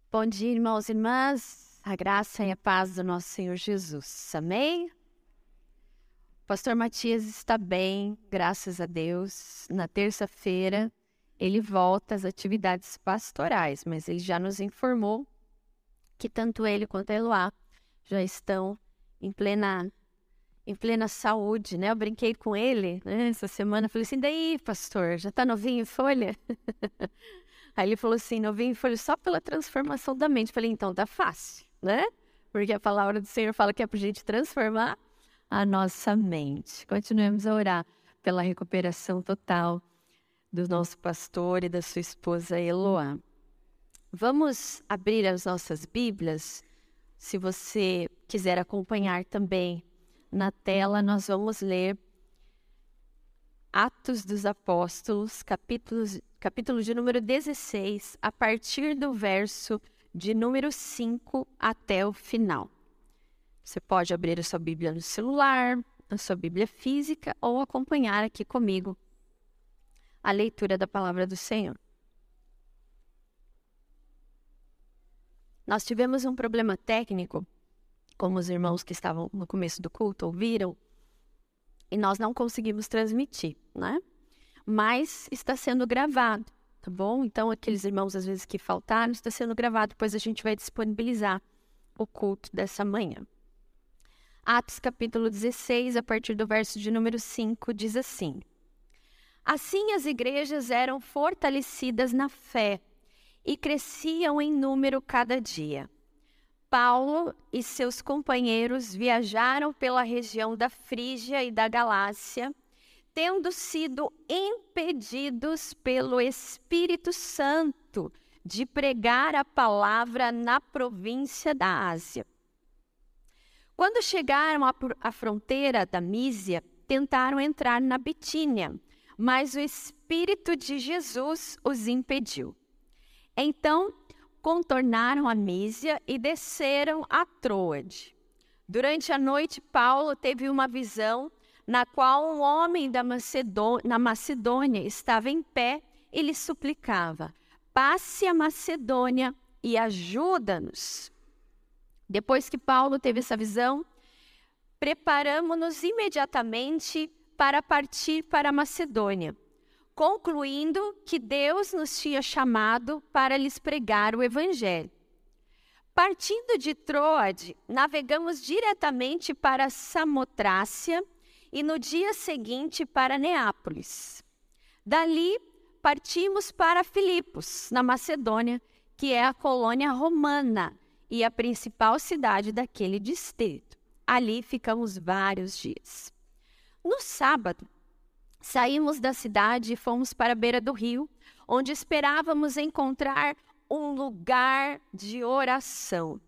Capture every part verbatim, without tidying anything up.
Bom dia, irmãos e irmãs. A graça e a paz do nosso Senhor Jesus. Amém? O pastor Matias está bem, graças a Deus. Na terça-feira, ele volta às atividades pastorais, mas ele já nos informou que tanto ele quanto a Eloá já estão em plena, em plena saúde, né? Eu brinquei com ele, né, essa semana, falei assim, daí, pastor, já está novinho em folha? Aí ele falou assim, novinho em folha só pela transformação da mente. Falei, então tá fácil, né? Porque a palavra do Senhor fala que é pra gente transformar a nossa mente. Continuemos a orar pela recuperação total do nosso pastor e da sua esposa Eloá. Vamos abrir as nossas Bíblias. Se você quiser acompanhar também na tela, nós vamos ler Atos dos Apóstolos, capítulos, capítulo de número dezesseis, a partir do verso de número cinco até o final. Você pode abrir a sua Bíblia no celular, a sua Bíblia física, ou acompanhar aqui comigo a leitura da palavra do Senhor. Nós tivemos um problema técnico, como os irmãos que estavam no começo do culto ouviram, e nós não conseguimos transmitir, né? Mas está sendo gravado, tá bom? Então, aqueles irmãos, às vezes, que faltaram, está sendo gravado, depois a gente vai disponibilizar o culto dessa manhã. Atos capítulo dezesseis, a partir do verso de número cinco, diz assim: Assim as igrejas eram fortalecidas na fé e cresciam em número cada dia. Paulo e seus companheiros viajaram pela região da Frígia e da Galácia, tendo sido impedidos pelo Espírito Santo de pregar a palavra na província da Ásia. Quando chegaram à fronteira da Mísia, tentaram entrar na Bitínia, mas o Espírito de Jesus os impediu. Então, contornaram a Mísia e desceram a Troade. Durante a noite, Paulo teve uma visão na qual um homem da Macedônia, na Macedônia estava em pé e lhe suplicava: passe a Macedônia e ajuda-nos. Depois que Paulo teve essa visão, preparamo-nos imediatamente para partir para a Macedônia, concluindo que Deus nos tinha chamado para lhes pregar o Evangelho. Partindo de Troade, navegamos diretamente para Samotrácia e no dia seguinte para Neápolis. Dali, partimos para Filipos, na Macedônia, que é a colônia romana e a principal cidade daquele distrito. Ali ficamos vários dias. No sábado, saímos da cidade e fomos para a beira do rio, onde esperávamos encontrar um lugar de oração.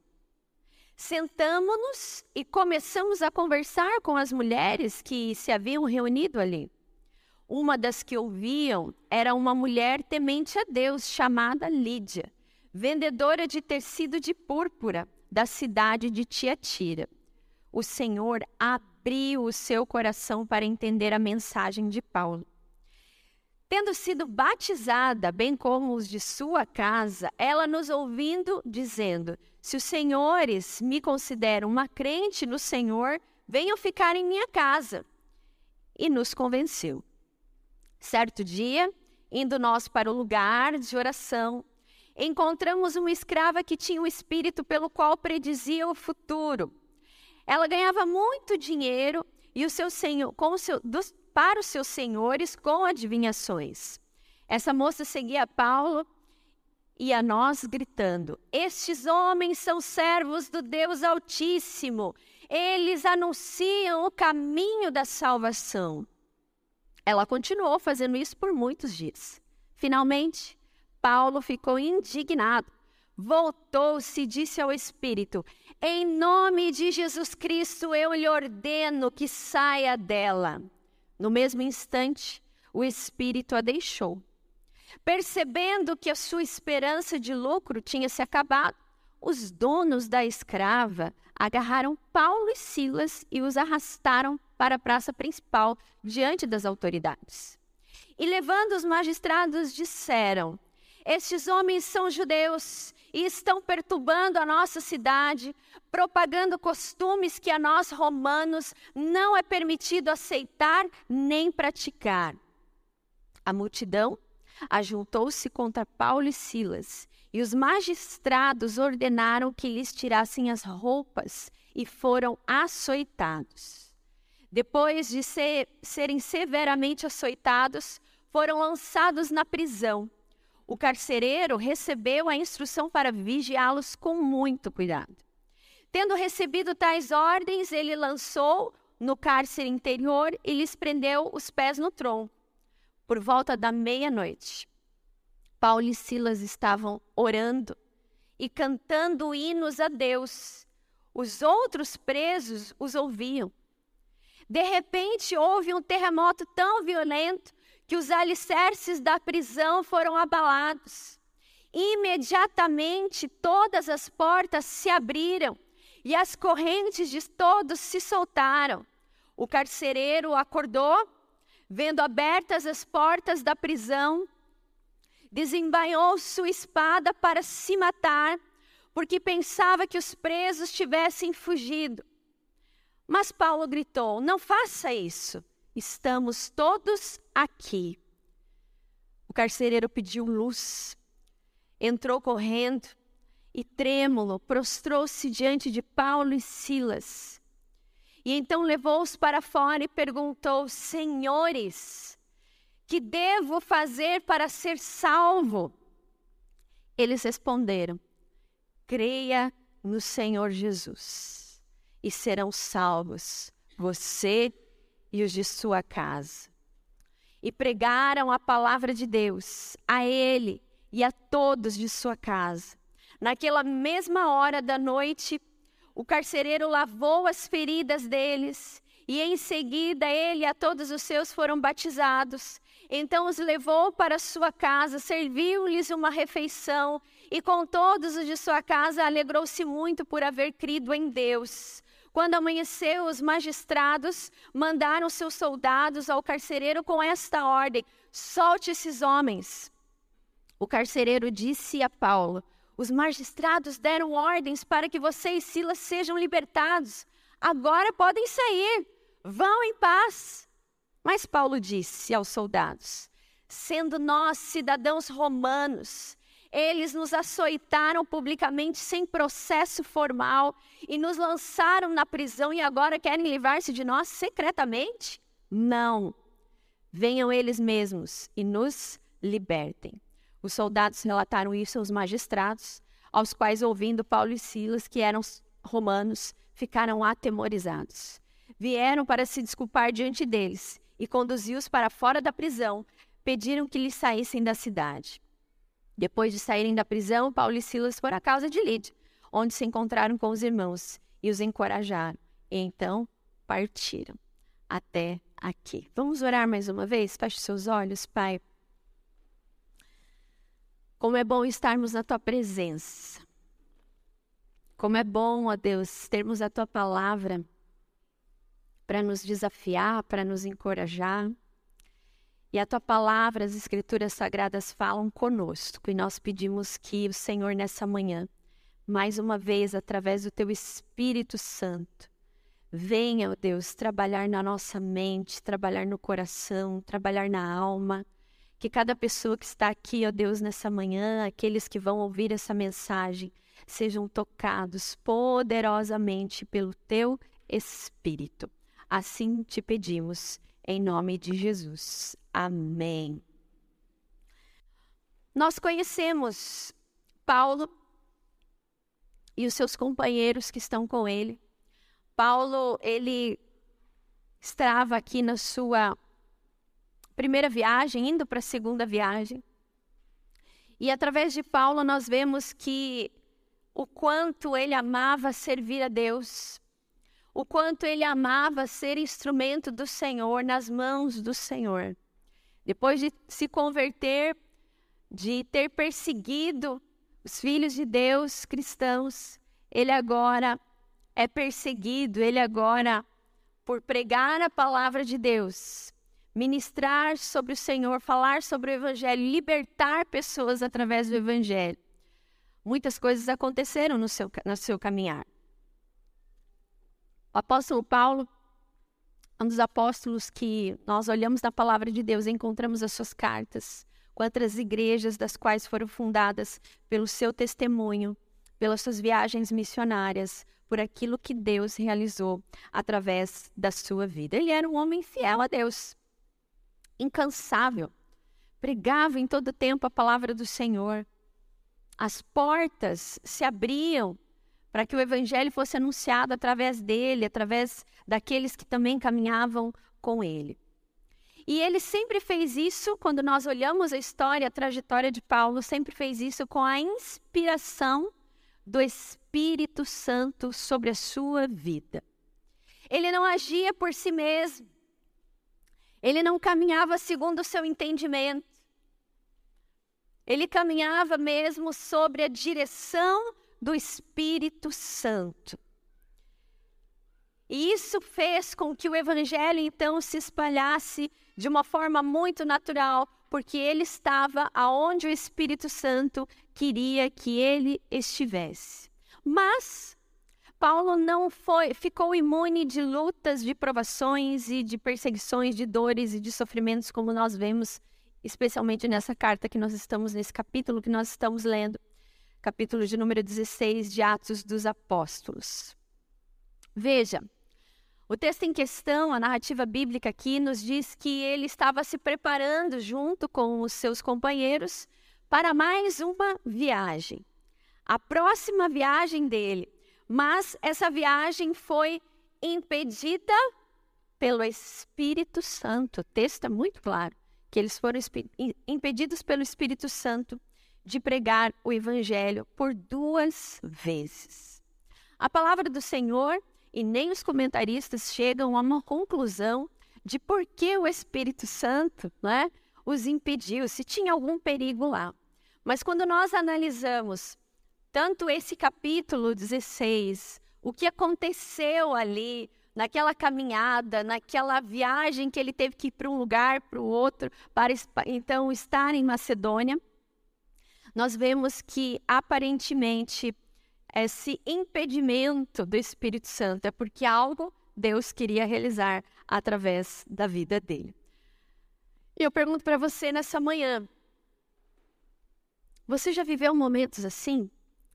Sentamo-nos e começamos a conversar com as mulheres que se haviam reunido ali. Uma das que ouviam era uma mulher temente a Deus, chamada Lídia, vendedora de tecido de púrpura da cidade de Tiatira. O Senhor abriu o seu coração para entender a mensagem de Paulo. Tendo sido batizada, bem como os de sua casa, ela nos ouvindo, dizendo: se os senhores me consideram uma crente no Senhor, venham ficar em minha casa. E nos convenceu. Certo dia, indo nós para o lugar de oração, encontramos uma escrava que tinha um espírito pelo qual predizia o futuro. Ela ganhava muito dinheiro e o seu senhor, com o seu, dos, para os seus senhores com adivinhações. Essa moça seguia Paulo e a nós gritando: estes homens são servos do Deus Altíssimo. Eles anunciam o caminho da salvação. Ela continuou fazendo isso por muitos dias. Finalmente, Paulo ficou indignado. Voltou-se e disse ao Espírito: em nome de Jesus Cristo, eu lhe ordeno que saia dela. No mesmo instante, o Espírito a deixou. Percebendo que a sua esperança de lucro tinha se acabado, os donos da escrava agarraram Paulo e Silas e os arrastaram para a praça principal diante das autoridades. E levando os magistrados, disseram: estes homens são judeus e estão perturbando a nossa cidade, propagando costumes que a nós romanos não é permitido aceitar nem praticar. A multidão ajuntou-se contra Paulo e Silas, e os magistrados ordenaram que lhes tirassem as roupas e foram açoitados. Depois de ser, serem severamente açoitados, foram lançados na prisão. O carcereiro recebeu a instrução para vigiá-los com muito cuidado. Tendo recebido tais ordens, ele lançou no cárcere interior e lhes prendeu os pés no tronco. Por volta da meia-noite, Paulo e Silas estavam orando e cantando hinos a Deus. Os outros presos os ouviam. De repente, houve um terremoto tão violento que os alicerces da prisão foram abalados. Imediatamente, todas as portas se abriram e as correntes de todos se soltaram. O carcereiro acordou, vendo abertas as portas da prisão, desembainhou sua espada para se matar, porque pensava que os presos tivessem fugido. Mas Paulo gritou: não faça isso. Estamos todos aqui. O carcereiro pediu luz, entrou correndo e, trêmulo, prostrou-se diante de Paulo e Silas. E então levou-os para fora e perguntou: senhores, que devo fazer para ser salvo? Eles responderam: creia no Senhor Jesus e serão salvos, você e os de sua casa. E pregaram a palavra de Deus a ele e a todos de sua casa. Naquela mesma hora da noite, o carcereiro lavou as feridas deles e em seguida ele e a todos os seus foram batizados. Então os levou para sua casa, serviu-lhes uma refeição e com todos os de sua casa alegrou-se muito por haver crido em Deus. Quando amanheceu, os magistrados mandaram seus soldados ao carcereiro com esta ordem: solte esses homens. O carcereiro disse a Paulo: os magistrados deram ordens para que você e Silas sejam libertados. Agora podem sair, vão em paz. Mas Paulo disse aos soldados: sendo nós cidadãos romanos, eles nos açoitaram publicamente sem processo formal e nos lançaram na prisão e agora querem livrar-se de nós secretamente? Não. Venham eles mesmos e nos libertem. Os soldados relataram isso aos magistrados, aos quais, ouvindo Paulo e Silas, que eram romanos, ficaram atemorizados. Vieram para se desculpar diante deles e conduzi-os para fora da prisão, pediram que lhes saíssem da cidade. Depois de saírem da prisão, Paulo e Silas foram à casa de Lídia, onde se encontraram com os irmãos e os encorajaram. E então partiram até aqui. Vamos orar mais uma vez? Feche seus olhos, Pai. Como é bom estarmos na Tua presença. Como é bom, ó Deus, termos a Tua palavra para nos desafiar, para nos encorajar. E a Tua palavra, as Escrituras Sagradas falam conosco. E nós pedimos que o Senhor, nessa manhã, mais uma vez, através do Teu Espírito Santo, venha, ó Deus, trabalhar na nossa mente, trabalhar no coração, trabalhar na alma. Que cada pessoa que está aqui, ó Deus, nessa manhã, aqueles que vão ouvir essa mensagem, sejam tocados poderosamente pelo Teu Espírito. Assim te pedimos, em nome de Jesus. Amém. Nós conhecemos Paulo e os seus companheiros que estão com ele. Paulo, ele estava aqui na sua primeira viagem, indo para a segunda viagem. E através de Paulo nós vemos que o quanto ele amava servir a Deus, o quanto ele amava ser instrumento do Senhor, nas mãos do Senhor. Depois de se converter, de ter perseguido os filhos de Deus cristãos, ele agora é perseguido, ele agora, por pregar a palavra de Deus, ministrar sobre o Senhor, falar sobre o Evangelho, libertar pessoas através do Evangelho. Muitas coisas aconteceram no seu, no seu caminhar. O apóstolo Paulo, um dos apóstolos que nós olhamos na palavra de Deus, encontramos as suas cartas, quantas igrejas das quais foram fundadas pelo seu testemunho, pelas suas viagens missionárias, por aquilo que Deus realizou através da sua vida. Ele era um homem fiel a Deus, incansável, pregava em todo tempo a palavra do Senhor. As portas se abriam para que o evangelho fosse anunciado através dele, através daqueles que também caminhavam com ele. E ele sempre fez isso, quando nós olhamos a história, a trajetória de Paulo, sempre fez isso com a inspiração do Espírito Santo sobre a sua vida. Ele não agia por si mesmo. Ele não caminhava segundo o seu entendimento. Ele caminhava mesmo sobre a direção do Espírito Santo. E isso fez com que o evangelho então se espalhasse de uma forma muito natural, porque ele estava aonde o Espírito Santo queria que ele estivesse. Mas Paulo não foi, ficou imune de lutas, de provações e de perseguições, de dores e de sofrimentos, como nós vemos, especialmente nessa carta que nós estamos, nesse capítulo que nós estamos lendo, capítulo de número dezesseis de Atos dos Apóstolos. Veja, o texto em questão, a narrativa bíblica aqui, nos diz que ele estava se preparando junto com os seus companheiros para mais uma viagem. A próxima viagem dele. Mas essa viagem foi impedida pelo Espírito Santo. O texto é muito claro, que eles foram impedidos pelo Espírito Santo de pregar o evangelho por duas vezes. A palavra do Senhor e nem os comentaristas chegam a uma conclusão de por que o Espírito Santo, né, os impediu, se tinha algum perigo lá. Mas quando nós analisamos tanto esse capítulo dezesseis, o que aconteceu ali, naquela caminhada, naquela viagem que ele teve que ir para um lugar, para o outro, para então estar em Macedônia, nós vemos que aparentemente esse impedimento do Espírito Santo é porque algo Deus queria realizar através da vida dele. E eu pergunto para você nessa manhã, você já viveu momentos assim?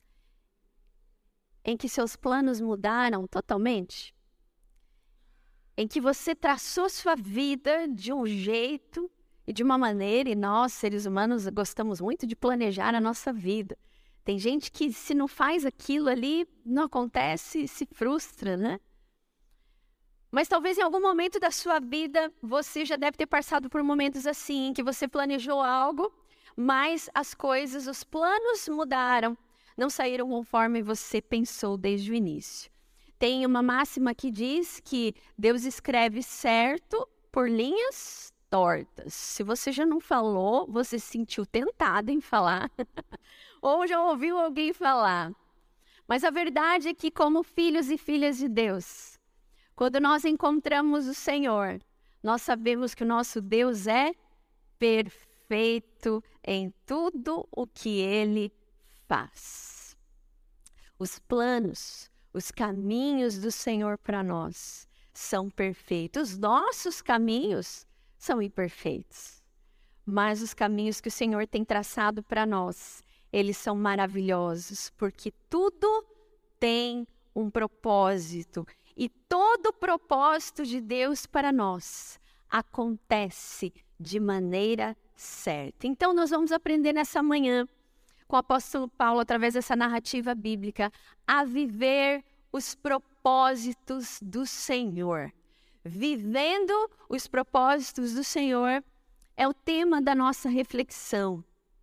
Em que seus planos mudaram totalmente? Em que você traçou sua vida de um jeito e de uma maneira, e nós, seres humanos, gostamos muito de planejar a nossa vida. Tem gente que, se não faz aquilo ali, não acontece, se frustra, né? Mas talvez em algum momento da sua vida, você já deve ter passado por momentos assim, em que você planejou algo, mas as coisas, os planos mudaram, não saíram conforme você pensou desde o início. Tem uma máxima que diz que Deus escreve certo por linhas tortas. Se você já não falou, você se sentiu tentado em falar, ou já ouviu alguém falar. Mas a verdade é que, como filhos e filhas de Deus, quando nós encontramos o Senhor, nós sabemos que o nosso Deus é perfeito em tudo o que Ele faz. Os planos, os caminhos do Senhor para nós são perfeitos. Os nossos caminhos são imperfeitos. Mas os caminhos que o Senhor tem traçado para nós, eles são maravilhosos, porque tudo tem um propósito. E todo o propósito de Deus para nós acontece de maneira certa. Então, nós vamos aprender nessa manhã, com o apóstolo Paulo, através dessa narrativa bíblica, a viver os propósitos do Senhor. Vivendo os propósitos do Senhor é o tema da nossa reflexão.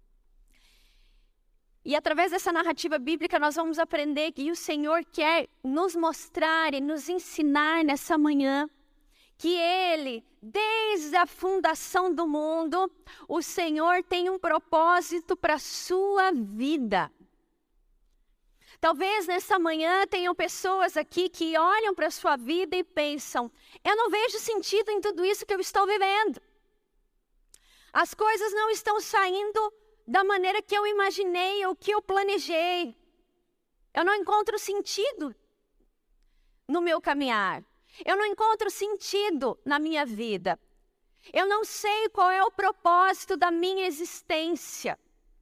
E através dessa narrativa bíblica nós vamos aprender que o Senhor quer nos mostrar e nos ensinar nessa manhã que Ele, desde a fundação do mundo, o Senhor tem um propósito para a sua vida. Talvez nessa manhã tenham pessoas aqui que olham para a sua vida e pensam, eu não vejo sentido em tudo isso que eu estou vivendo. As coisas não estão saindo da maneira que eu imaginei ou que eu planejei. Eu não encontro sentido no meu caminhar. Eu não encontro sentido na minha vida. Eu não sei qual é o propósito da minha existência.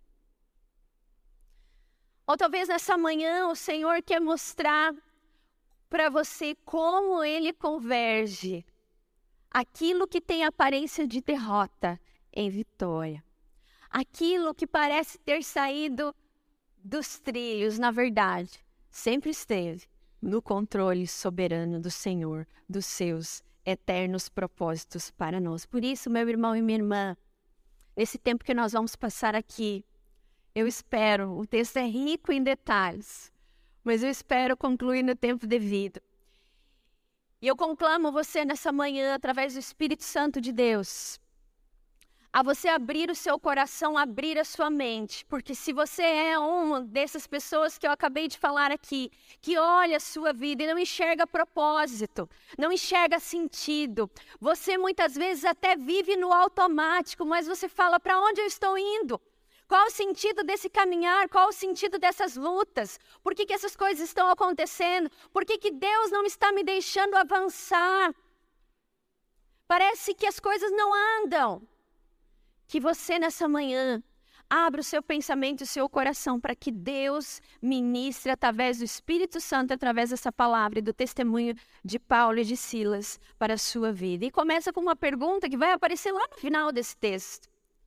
Ou talvez nessa manhã o Senhor quer mostrar para você como Ele converge aquilo que tem aparência de derrota em vitória. Aquilo que parece ter saído dos trilhos, na verdade, sempre esteve no controle soberano do Senhor, dos seus eternos propósitos para nós. Por isso, meu irmão e minha irmã, nesse tempo que nós vamos passar aqui, eu espero, o texto é rico em detalhes, mas eu espero concluir no tempo devido. E eu conclamo você nessa manhã, através do Espírito Santo de Deus, a você abrir o seu coração, abrir a sua mente. Porque se você é uma dessas pessoas que eu acabei de falar aqui, que olha a sua vida e não enxerga propósito, não enxerga sentido, você muitas vezes até vive no automático, mas você fala, para onde eu estou indo? Qual o sentido desse caminhar? Qual o sentido dessas lutas? Por que que essas coisas estão acontecendo? Por que que Deus não está me deixando avançar? Parece que as coisas não andam. Que você nessa manhã abra o seu pensamento e o seu coração para que Deus ministre através do Espírito Santo, através dessa palavra e do testemunho de Paulo e de Silas para a sua vida. E começa com uma pergunta que vai aparecer lá no final desse texto.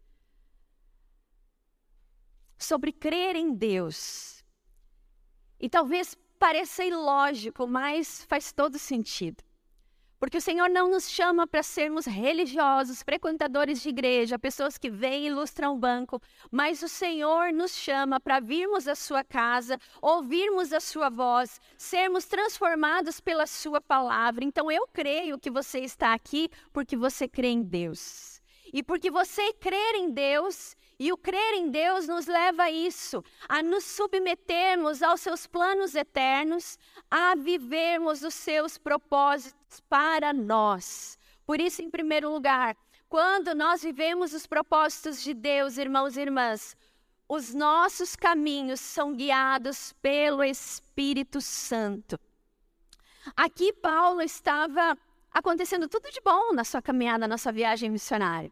Sobre crer em Deus. E talvez pareça ilógico, mas faz todo sentido. Porque o Senhor não nos chama para sermos religiosos, frequentadores de igreja, pessoas que vêm e ilustram o banco, mas o Senhor nos chama para virmos à sua casa, ouvirmos a sua voz, sermos transformados pela sua palavra. Então eu creio que você está aqui porque você crê em Deus. E porque você crer em Deus, e o crer em Deus nos leva a isso, a nos submetermos aos seus planos eternos, a vivermos os seus propósitos para nós. Por isso, em primeiro lugar, quando nós vivemos os propósitos de Deus, irmãos e irmãs, os nossos caminhos são guiados pelo Espírito Santo. Aqui Paulo estava acontecendo tudo de bom na sua caminhada, na sua viagem missionária.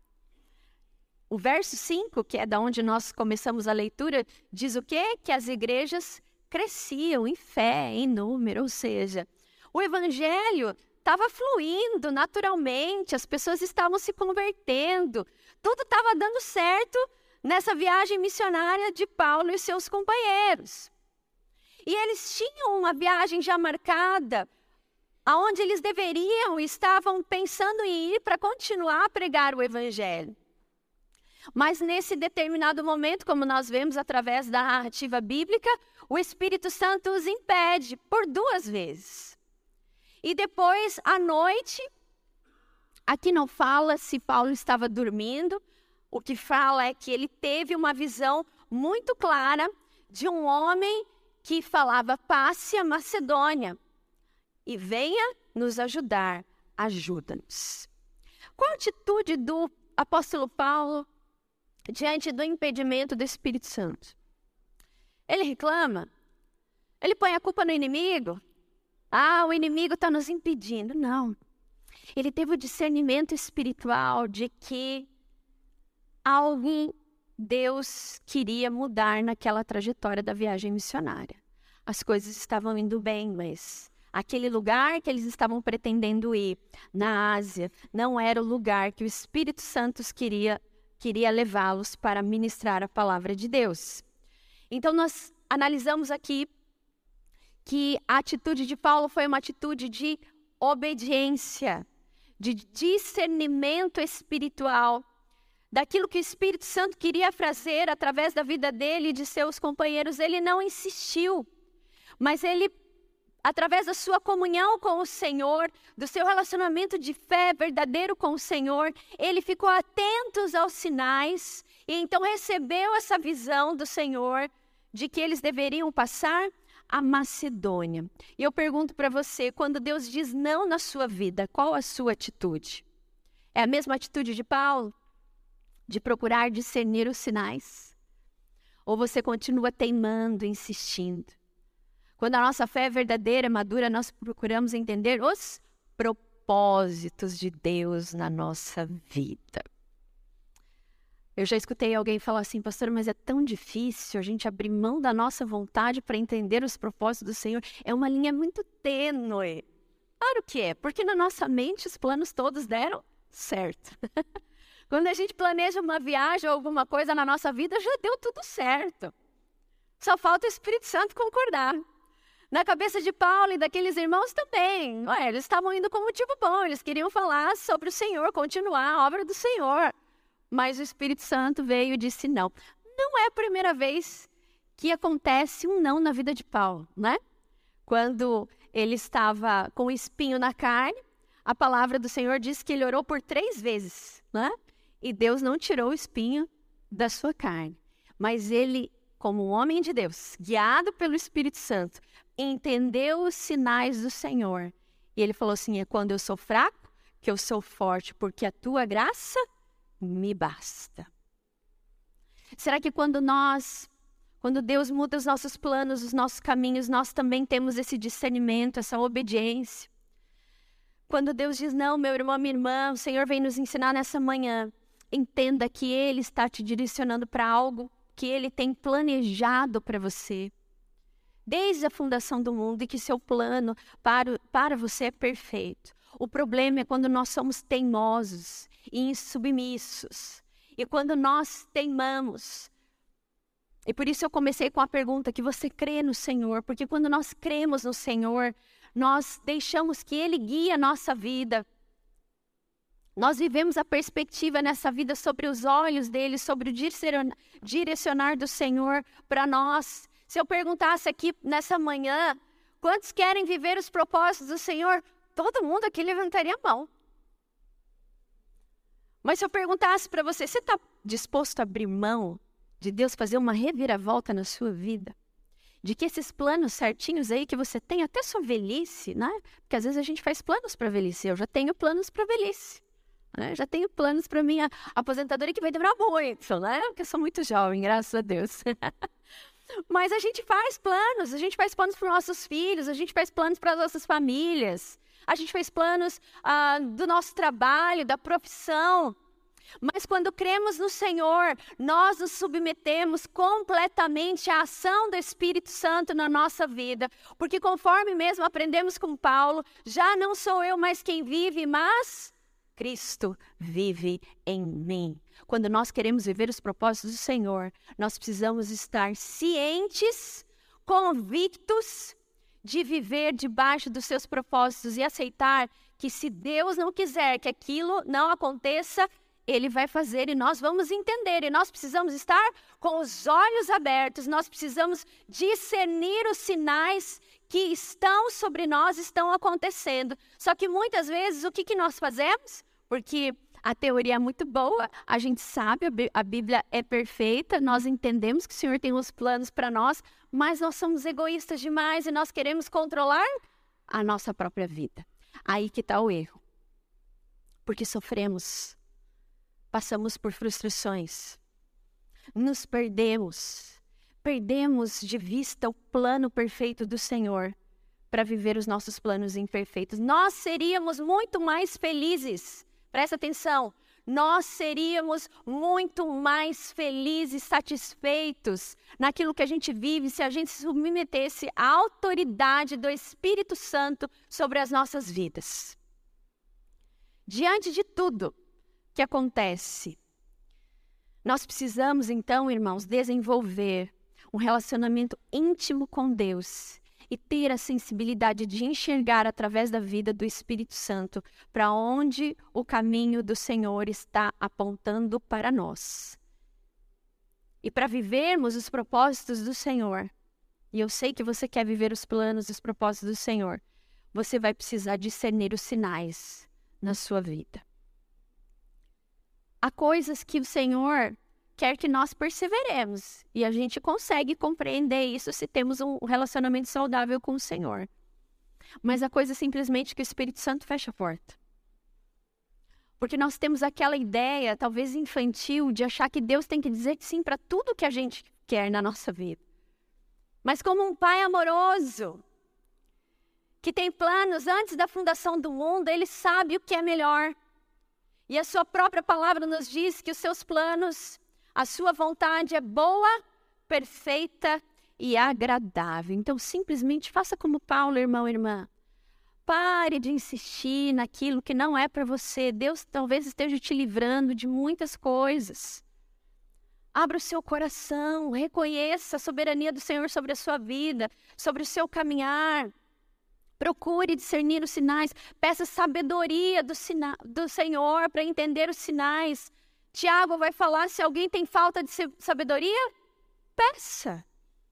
O verso cinco, que é da onde nós começamos a leitura, diz o quê? Que as igrejas cresciam em fé, em número, ou seja, o evangelho estava fluindo naturalmente, as pessoas estavam se convertendo, tudo estava dando certo nessa viagem missionária de Paulo e seus companheiros. E eles tinham uma viagem já marcada, aonde eles deveriam e estavam pensando em ir para continuar a pregar o evangelho. Mas nesse determinado momento, como nós vemos através da narrativa bíblica, o Espírito Santo os impede por duas vezes. E depois, à noite, aqui não fala se Paulo estava dormindo, o que fala é que ele teve uma visão muito clara de um homem que falava, passe a Macedônia e venha nos ajudar, ajuda-nos. Qual a atitude do apóstolo Paulo diante do impedimento do Espírito Santo? Ele reclama? Ele põe a culpa no inimigo? Ah, o inimigo está nos impedindo. Não. Ele teve o discernimento espiritual de que algo Deus queria mudar naquela trajetória da viagem missionária. As coisas estavam indo bem, mas aquele lugar que eles estavam pretendendo ir, na Ásia, não era o lugar que o Espírito Santo queria queria levá-los para ministrar a palavra de Deus. Então, nós analisamos aqui que a atitude de Paulo foi uma atitude de obediência, de discernimento espiritual, daquilo que o Espírito Santo queria fazer através da vida dele e de seus companheiros. Ele não insistiu, mas ele, através da sua comunhão com o Senhor, do seu relacionamento de fé verdadeiro com o Senhor, ele ficou atento aos sinais e então recebeu essa visão do Senhor de que eles deveriam passar a Macedônia. E eu pergunto para você, quando Deus diz não na sua vida, qual a sua atitude? É a mesma atitude de Paulo? de procurar discernir os sinais? Ou você continua teimando, insistindo? Quando a nossa fé é verdadeira, madura, nós procuramos entender os propósitos de Deus na nossa vida. Eu já escutei alguém falar assim, pastor, mas é tão difícil a gente abrir mão da nossa vontade para entender os propósitos do Senhor. É uma linha muito tênue. Claro que é, porque na nossa mente os planos todos deram certo. Quando a gente planeja uma viagem ou alguma coisa na nossa vida, já deu tudo certo. Só falta o Espírito Santo concordar. Na cabeça de Paulo e daqueles irmãos também. Ué, eles estavam indo com motivo bom, eles queriam falar sobre o Senhor, continuar a obra do Senhor. Mas o Espírito Santo veio e disse não. Não é a primeira vez que acontece um não na vida de Paulo, né? Quando ele estava com o espinho na carne, a palavra do Senhor diz que ele orou por três vezes, né? E Deus não tirou o espinho da sua carne. Mas ele, como um homem de Deus, guiado pelo Espírito Santo, entendeu os sinais do Senhor. E ele falou assim, é quando eu sou fraco que eu sou forte, porque a tua graça me basta. Será que quando nós, quando Deus muda os nossos planos, os nossos caminhos, nós também temos esse discernimento, essa obediência? Quando Deus diz, não, meu irmão, minha irmã, o Senhor vem nos ensinar nessa manhã, entenda que Ele está te direcionando para algo que Ele tem planejado para você, desde a fundação do mundo, e que seu plano para, para você é perfeito. O problema é quando nós somos teimosos e insubmissos. E quando nós teimamos. E por isso eu comecei com a pergunta, que você crê no Senhor? Porque quando nós cremos no Senhor, nós deixamos que Ele guie a nossa vida. Nós vivemos a perspectiva nessa vida sobre os olhos dEle, sobre o direcionar do Senhor para nós. Se eu perguntasse aqui nessa manhã, quantos querem viver os propósitos do Senhor? Todo mundo aqui levantaria a mão. Mas se eu perguntasse para você, você está disposto a abrir mão de Deus fazer uma reviravolta na sua vida? De que esses planos certinhos aí que você tem, até sua velhice, né? Porque às vezes a gente faz planos para velhice. Eu já tenho planos para velhice. Né? Já tenho planos para minha aposentadoria que vai demorar muito, né? Porque eu sou muito jovem, graças a Deus. Mas a gente faz planos, a gente faz planos para os nossos filhos, a gente faz planos para as nossas famílias. A gente faz planos ah, do nosso trabalho, da profissão. Mas quando cremos no Senhor, nós nos submetemos completamente à ação do Espírito Santo na nossa vida. Porque conforme mesmo aprendemos com Paulo, já não sou eu mais quem vive, mas Cristo vive em mim. Quando nós queremos viver os propósitos do Senhor, nós precisamos estar cientes, convictos, de viver debaixo dos seus propósitos e aceitar que se Deus não quiser que aquilo não aconteça, Ele vai fazer e nós vamos entender. E nós precisamos estar com os olhos abertos, nós precisamos discernir os sinais que estão sobre nós, estão acontecendo. Só que muitas vezes o que, que nós fazemos? Porque a teoria é muito boa, a gente sabe, a Bíblia é perfeita, nós entendemos que o Senhor tem uns planos para nós, mas nós somos egoístas demais e nós queremos controlar a nossa própria vida. Aí que está o erro. Porque sofremos, passamos por frustrações, nos perdemos, perdemos de vista o plano perfeito do Senhor para viver os nossos planos imperfeitos. Nós seríamos muito mais felizes. Presta atenção, nós seríamos muito mais felizes, satisfeitos naquilo que a gente vive se a gente se submetesse à autoridade do Espírito Santo sobre as nossas vidas. Diante de tudo que acontece, nós precisamos então, irmãos, desenvolver um relacionamento íntimo com Deus e ter a sensibilidade de enxergar através da vida do Espírito Santo para onde o caminho do Senhor está apontando para nós. E para vivermos os propósitos do Senhor, e eu sei que você quer viver os planos e os propósitos do Senhor, você vai precisar discernir os sinais na sua vida. Há coisas que o Senhor quer que nós perseveremos. E a gente consegue compreender isso se temos um relacionamento saudável com o Senhor. Mas a coisa é simplesmente que o Espírito Santo fecha a porta. Porque nós temos aquela ideia, talvez infantil, de achar que Deus tem que dizer sim para tudo que a gente quer na nossa vida. Mas como um pai amoroso, que tem planos antes da fundação do mundo, ele sabe o que é melhor. E a sua própria palavra nos diz que os seus planos, a sua vontade é boa, perfeita e agradável. Então, simplesmente faça como Paulo, irmão e irmã. Pare de insistir naquilo que não é para você. Deus talvez esteja te livrando de muitas coisas. Abra o seu coração, reconheça a soberania do Senhor sobre a sua vida, sobre o seu caminhar. Procure discernir os sinais. Peça sabedoria do, sina- do Senhor para entender os sinais. Tiago vai falar, se alguém tem falta de sabedoria, peça.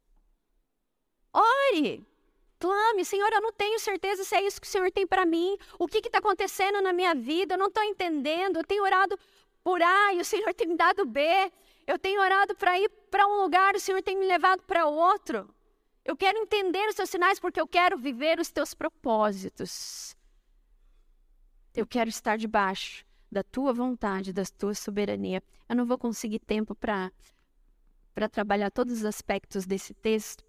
Ore. Clame, Senhor, eu não tenho certeza se é isso que o Senhor tem para mim. O que está acontecendo na minha vida? Eu não estou entendendo. Eu tenho orado por A e o Senhor tem me dado B. Eu tenho orado para ir para um lugar, o Senhor tem me levado para outro. Eu quero entender os seus sinais porque eu quero viver os teus propósitos. Eu quero estar debaixo da tua vontade, da tua soberania. Eu não vou conseguir tempo para para trabalhar todos os aspectos desse texto.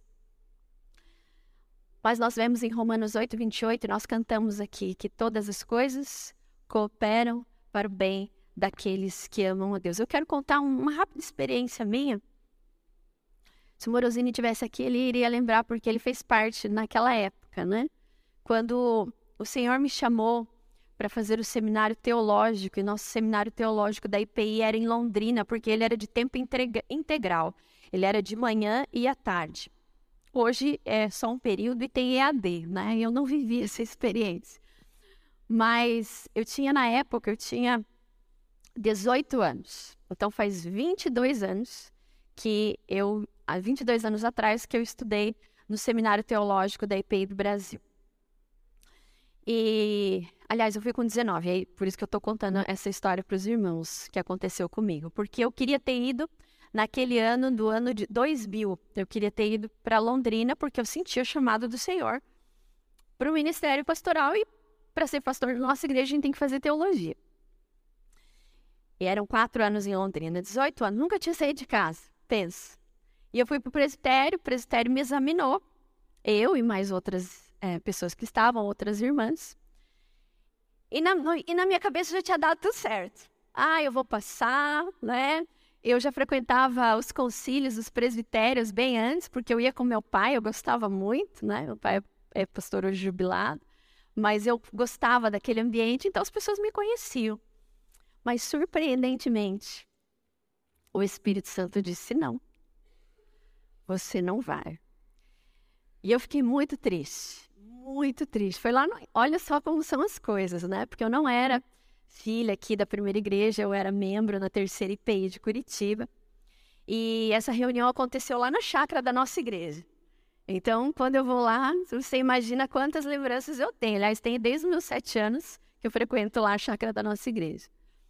Mas nós vemos em Romanos oito, vinte e oito, nós cantamos aqui que todas as coisas cooperam para o bem daqueles que amam a Deus. Eu quero contar uma rápida experiência minha. Se o Morosini estivesse aqui, ele iria lembrar porque ele fez parte naquela época, né? Quando o Senhor me chamou para fazer o seminário teológico, e nosso seminário teológico da I P I era em Londrina, porque ele era de tempo integral. Ele era de manhã e à tarde. Hoje é só um período e tem E A D, né? Eu não vivi essa experiência. Mas eu tinha, na época, eu tinha dezoito anos. Então faz vinte e dois anos que eu, há vinte e dois anos atrás, que eu estudei no Seminário Teológico da I P I do Brasil. E, aliás, eu fui com dezenove, aí, por isso que eu estou contando essa história para os irmãos que aconteceu comigo. Porque eu queria ter ido naquele ano, do ano de dois mil, eu queria ter ido para Londrina, porque eu sentia o chamado do Senhor para o ministério pastoral, e para ser pastor da nossa igreja a gente tem que fazer teologia. E eram quatro anos em Londrina, dezoito anos, nunca tinha saído de casa, pensa. E eu fui para o presbitério, o presbitério me examinou, eu e mais outras é, pessoas que estavam, outras irmãs. E na, no, e na minha cabeça já tinha dado tudo certo. Ah, eu vou passar, né? Eu já frequentava os concílios, os presbitérios bem antes, porque eu ia com meu pai, eu gostava muito, né? Meu pai é pastor hoje jubilado, mas eu gostava daquele ambiente, então as pessoas me conheciam. Mas, surpreendentemente, o Espírito Santo disse, não, você não vai. E eu fiquei muito triste, muito triste. Foi lá, no... olha só como são as coisas, né? Porque eu não era filha aqui da primeira igreja, eu era membro na terceira I P I de Curitiba. E essa reunião aconteceu lá na chácara da nossa igreja. Então, quando eu vou lá, você imagina quantas lembranças eu tenho. Aliás, tenho desde os meus sete anos que eu frequento lá a chácara da nossa igreja.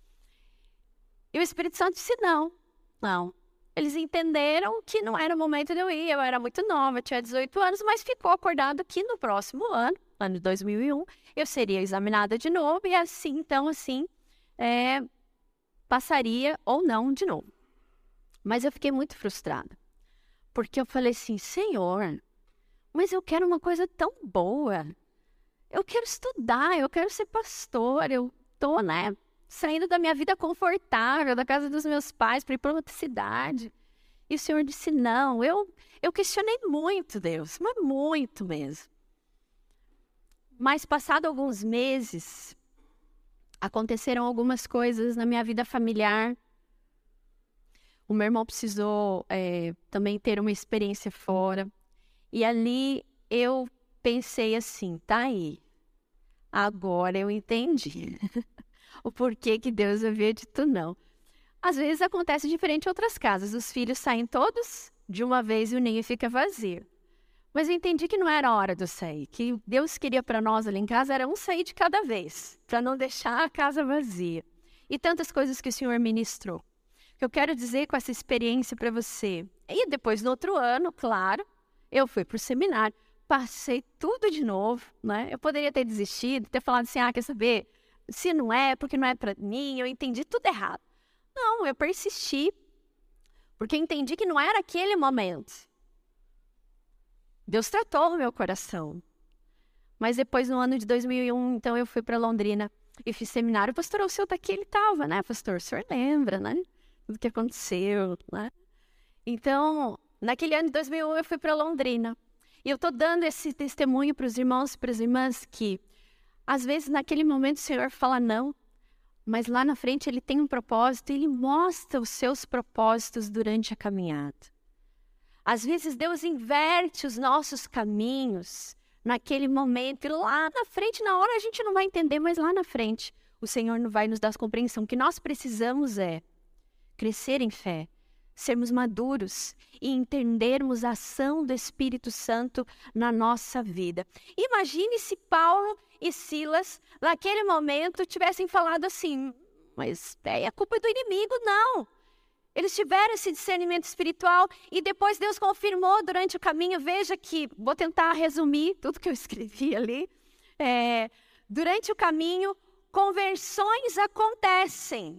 E o Espírito Santo disse, não, não. Eles entenderam que não era o momento de eu ir, eu era muito nova, eu tinha dezoito anos, mas ficou acordado que no próximo ano, ano de dois mil e um, eu seria examinada de novo e assim, então, assim, é, passaria ou não de novo. Mas eu fiquei muito frustrada, porque eu falei assim, Senhor, mas eu quero uma coisa tão boa, eu quero estudar, eu quero ser pastor, eu tô, né, saindo da minha vida confortável, da casa dos meus pais, para ir para outra cidade. E o Senhor disse, não, eu, eu questionei muito Deus, mas muito mesmo. Mas passado alguns meses, aconteceram algumas coisas na minha vida familiar. O meu irmão precisou é, também ter uma experiência fora. E ali eu pensei assim, tá aí, agora eu entendi o porquê que Deus havia dito não. Às vezes acontece diferente em outras casas. Os filhos saem todos de uma vez e o ninho fica vazio. Mas eu entendi que não era a hora de eu sair. Que Deus queria para nós ali em casa era um sair de cada vez, para não deixar a casa vazia. E tantas coisas que o Senhor ministrou. O que eu quero dizer com essa experiência para você. E depois, no outro ano, claro, eu fui para o seminário. Passei tudo de novo, né? Eu poderia ter desistido, ter falado assim, ah, quer saber? se não é, porque não é para mim, eu entendi tudo errado. Não, eu persisti, porque eu entendi que não era aquele momento. Deus tratou o meu coração. Mas depois, no ano de dois mil e um, então eu fui para Londrina e fiz seminário. Pastor, o senhor tá aqui, ele estava, né? Pastor, o senhor lembra, né? Tudo que aconteceu, né? Então, naquele ano de dois mil e um, eu fui para Londrina. E eu estou dando esse testemunho para os irmãos e para as irmãs que, às vezes, naquele momento, o Senhor fala não, mas lá na frente Ele tem um propósito e Ele mostra os seus propósitos durante a caminhada. Às vezes, Deus inverte os nossos caminhos naquele momento e lá na frente, na hora, a gente não vai entender, mas lá na frente, o Senhor não vai nos dar compreensão. O que nós precisamos é crescer em fé, sermos maduros e entendermos a ação do Espírito Santo na nossa vida. Imagine se Paulo e Silas, naquele momento, tivessem falado assim, mas é a culpa do inimigo, não. Eles tiveram esse discernimento espiritual e depois Deus confirmou durante o caminho. Veja que, vou tentar resumir tudo que eu escrevi ali. É, durante o caminho, conversões acontecem.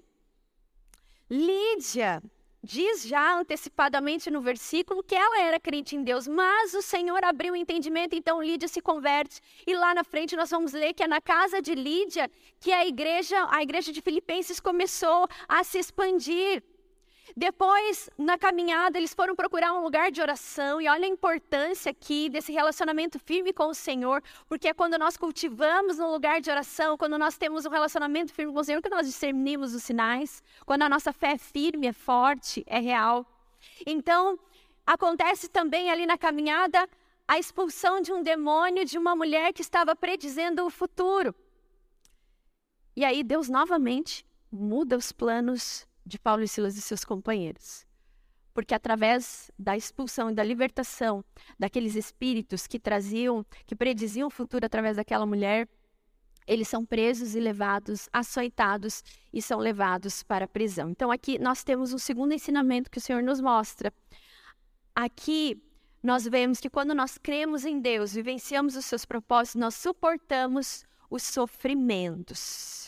Lídia diz já antecipadamente no versículo que ela era crente em Deus, mas o Senhor abriu o entendimento, então Lídia se converte. E lá na frente nós vamos ler que é na casa de Lídia que a igreja, a igreja de Filipenses começou a se expandir. Depois, na caminhada, eles foram procurar um lugar de oração. E olha a importância aqui desse relacionamento firme com o Senhor. Porque é quando nós cultivamos um lugar de oração, quando nós temos um relacionamento firme com o Senhor, que nós discernimos os sinais. Quando a nossa fé é firme, é forte, é real. Então, acontece também ali na caminhada a expulsão de um demônio de uma mulher que estava predizendo o futuro. E aí Deus novamente muda os planos de Paulo e Silas e seus companheiros. Porque através da expulsão e da libertação daqueles espíritos que traziam, que prediziam o futuro através daquela mulher, eles são presos e levados, açoitados e são levados para a prisão. Então aqui nós temos um segundo ensinamento que o Senhor nos mostra. Aqui nós vemos que quando nós cremos em Deus, vivenciamos os seus propósitos, nós suportamos os sofrimentos.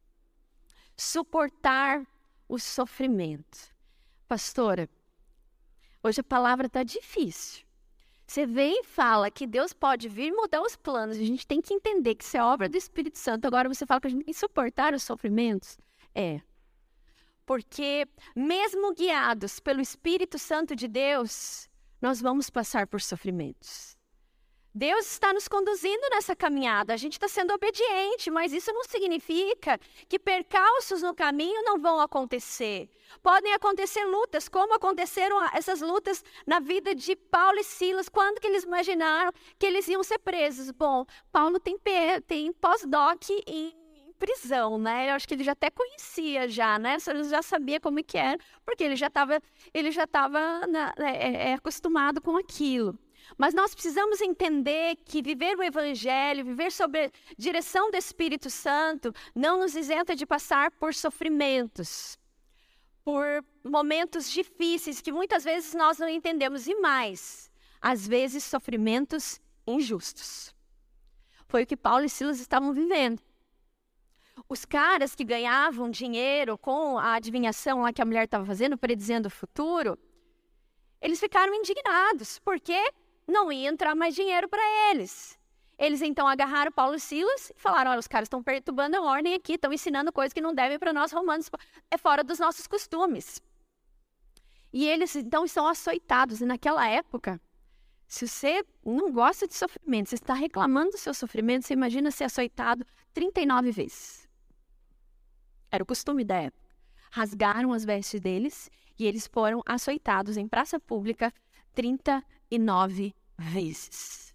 Suportar o sofrimento. Pastora, hoje a palavra está difícil. Você vem e fala que Deus pode vir mudar os planos. A gente tem que entender que isso é obra do Espírito Santo. Agora você fala que a gente tem que suportar os sofrimentos? É. Porque mesmo guiados pelo Espírito Santo de Deus, nós vamos passar por sofrimentos. Deus está nos conduzindo nessa caminhada, a gente está sendo obediente, mas isso não significa que percalços no caminho não vão acontecer. Podem acontecer lutas, como aconteceram essas lutas na vida de Paulo e Silas, quando que eles imaginaram que eles iam ser presos. Bom, Paulo tem, tem pós-doc em prisão, né? Eu acho que ele já até conhecia já, né? Ele já sabia como que era, porque ele já estava ele já estava na, é, é, acostumado com aquilo. Mas nós precisamos entender que viver o Evangelho, viver sob a direção do Espírito Santo, não nos isenta de passar por sofrimentos, por momentos difíceis que muitas vezes nós não entendemos. E mais, às vezes sofrimentos injustos. Foi o que Paulo e Silas estavam vivendo. Os caras que ganhavam dinheiro com a adivinhação lá que a mulher estava fazendo, predizendo o futuro, eles ficaram indignados, porque não ia entrar mais dinheiro para eles. Eles então agarraram Paulo e Silas e falaram, olha, os caras estão perturbando a ordem aqui, estão ensinando coisas que não devem para nós romanos, é fora dos nossos costumes. E eles então são açoitados. E naquela época, se você não gosta de sofrimento, você está reclamando do seu sofrimento, você imagina ser açoitado trinta e nove vezes. Era o costume da época. Rasgaram as vestes deles e eles foram açoitados em praça pública trinta e nove vezes.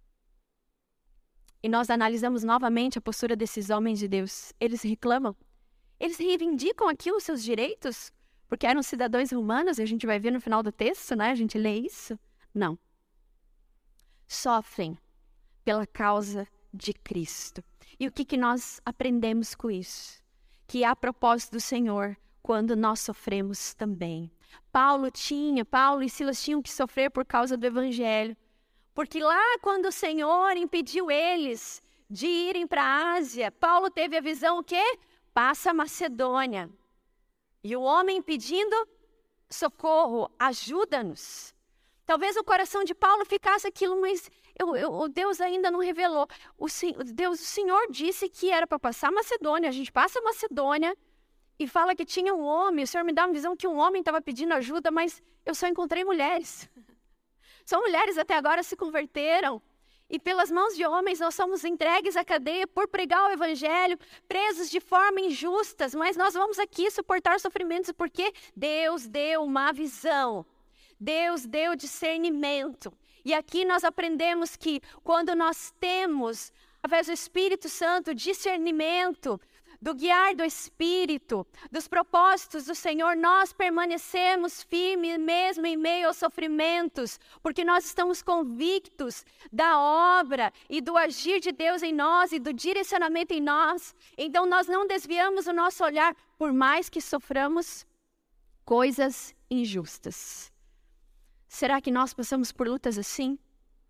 E nós analisamos novamente a postura desses homens de Deus. Eles reclamam. Eles reivindicam aqui os seus direitos, porque eram cidadãos romanos, e a gente vai ver no final do texto, né? A gente lê isso. Não. Sofrem pela causa de Cristo. E o que, que nós aprendemos com isso? Que há propósito do Senhor quando nós sofremos também. Paulo tinha, Paulo e Silas tinham que sofrer por causa do Evangelho. Porque lá quando o Senhor impediu eles de irem para a Ásia, Paulo teve a visão o quê? Passa a Macedônia. E o homem pedindo socorro, ajuda-nos. Talvez o coração de Paulo ficasse aquilo, mas eu, eu, o Deus ainda não revelou. O, Deus, o Senhor disse que era para passar a Macedônia. A gente passa a Macedônia e fala que tinha um homem. O Senhor me dá uma visão que um homem estava pedindo ajuda, mas eu só encontrei mulheres. Só mulheres até agora se converteram. E pelas mãos de homens nós somos entregues à cadeia por pregar o evangelho, presos de forma injusta, mas nós vamos aqui suportar sofrimentos porque Deus deu uma visão, Deus deu discernimento. E aqui nós aprendemos que quando nós temos, através do Espírito Santo, discernimento, do guiar do Espírito, dos propósitos do Senhor, nós permanecemos firmes mesmo em meio aos sofrimentos, porque nós estamos convictos da obra e do agir de Deus em nós e do direcionamento em nós. Então nós não desviamos o nosso olhar, por mais que soframos coisas injustas. Será que nós passamos por lutas assim?